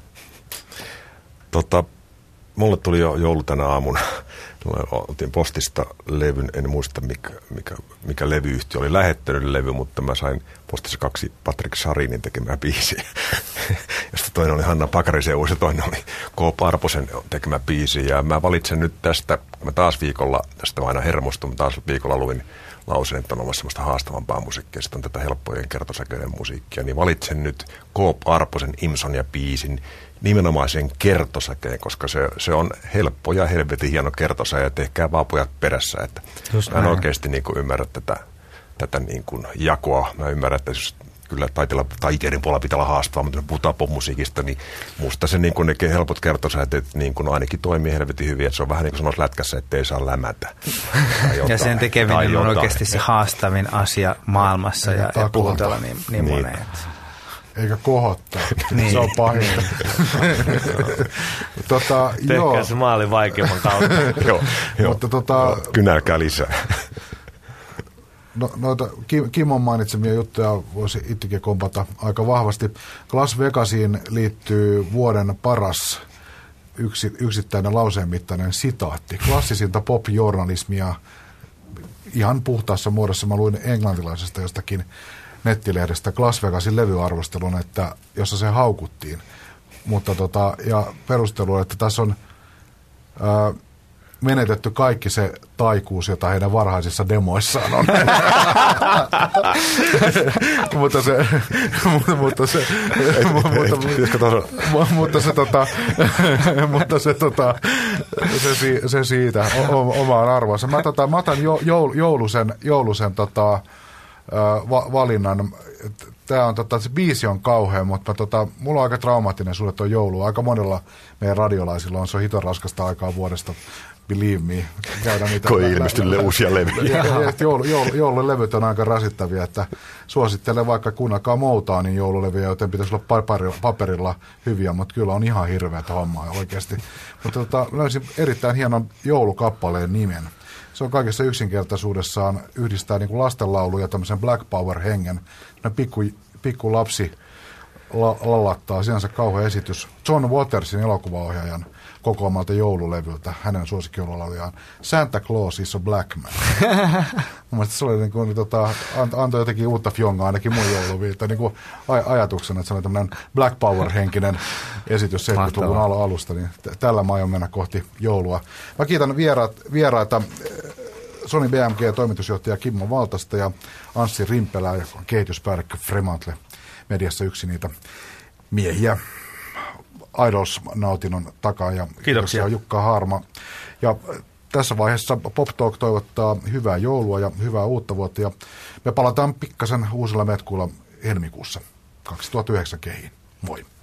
Mulle tuli jo joulu tänä aamuna. Otin postista levyn, en muista mikä levyyhtiö oli lähettänyt levy, mutta mä sain postissa 2 Patrick Sarinin tekemää biisiä. Josta toinen oli Hanna Pakariseus ja toinen oli K. Parposen tekemä biisi. Ja mä valitsen nyt tästä, mä taas viikolla, tästä mä aina hermostun, mä taas viikolla luin lauseen, että on ollut semmoista haastavampaa musiikkia, sitten on tätä helppojen kertosäkeiden musiikkia, niin valitsen nyt K. Arposen Imsonia biisin nimenomaan sen kertosäkeen, koska se on helppo ja helvetin hieno kertosäke, ja tehkää vaan pojat perässä, että mä en oikeasti niin kuin ymmärrä tätä niin kuin jakoa. Mä ymmärrän, että jos kyllä taiteiden puolella pitää olla haastavaa, mutta me puhutaan popmusiikista, niin musta se niin kuin ne helpot kertosäkeet niin kuin ainakin toimii helvetin hyvin, että se on vähän niin kuin sanoisi lätkässä, ettei saa lämätä. Ja sen tekeminen on oikeasti se haastavin asia maailmassa ja puhutella niin moneen. Eikä kohottaa. Niin. Se on pahin. Tehkää se maali vaikeamman kautta. Joo. Mutta kynälkää lisää. No, noita Kimon mainitsemia juttuja voisi itsekin kompata aika vahvasti. Las Vegasiin liittyy vuoden paras yksittäinen lauseen mittainen sitaatti. Klassisinta pop-journalismia ihan puhtaassa muodossa. Mä luin englantilaisesta jostakin nettilehdestä Las Vegasin levyarvostelun, että jossa se haukuttiin. Mutta ja perustelu, että tässä on menetetty kaikki se taikuus, jota heidän varhaisissa demoissaan on. Se siitä omaan arvoonsa. Mä otan joulusen valinnan. Tämä on se biisi on kauhea, mutta mulla on aika traumaattinen suhde tuon jouluun. Aika monella meidän radiolaisilla on, se on hiton raskasta aikaa vuodesta, believe me. Kun ilmestyy uusia levyjä. Joululevyt on aika rasittavia, että suosittelen vaikka kuunnelkaa Moutownin joululevyjä, joten pitäisi olla paperilla hyviä, mutta kyllä on ihan hirveätä hommaa oikeasti. Mutta löysin erittäin hienon joulukappaleen nimen. Se on kaikessa yksinkertaisuudessaan yhdistää niin kuin lastenlaulu ja tämmöisen Black Power-hengen. Pikku lapsi lalattaa, sinänsä kauhea esitys. John Watersin elokuvaohjaajan kokoamalta joululevyltä, hänen suosikkijoululaulujaan Santa Claus is a Black Man. Mun mielestä se oli niin kuin, antoi jotenkin uutta fjongaa ainakin mun jouluviiltä niin kuin ajatuksena, että se oli tämmöinen Black Power-henkinen esitys 70-luvun alusta, niin tällä mä aion mennä kohti joulua. Mä kiitän vieraita Sony BMG-toimitusjohtaja Kimmo Valtasta ja Anssi Rimpelää, joka on kehityspäällikkö Fremantle mediassa, yksi niitä miehiä Idols-nautinnon takaa, ja kiitoksia Jukka Haarma. Ja tässä vaiheessa Pop Talk toivottaa hyvää joulua ja hyvää uutta vuotta, ja me palataan pikkasen uusilla metkuilla helmikuussa 2009 kehiin. Moi!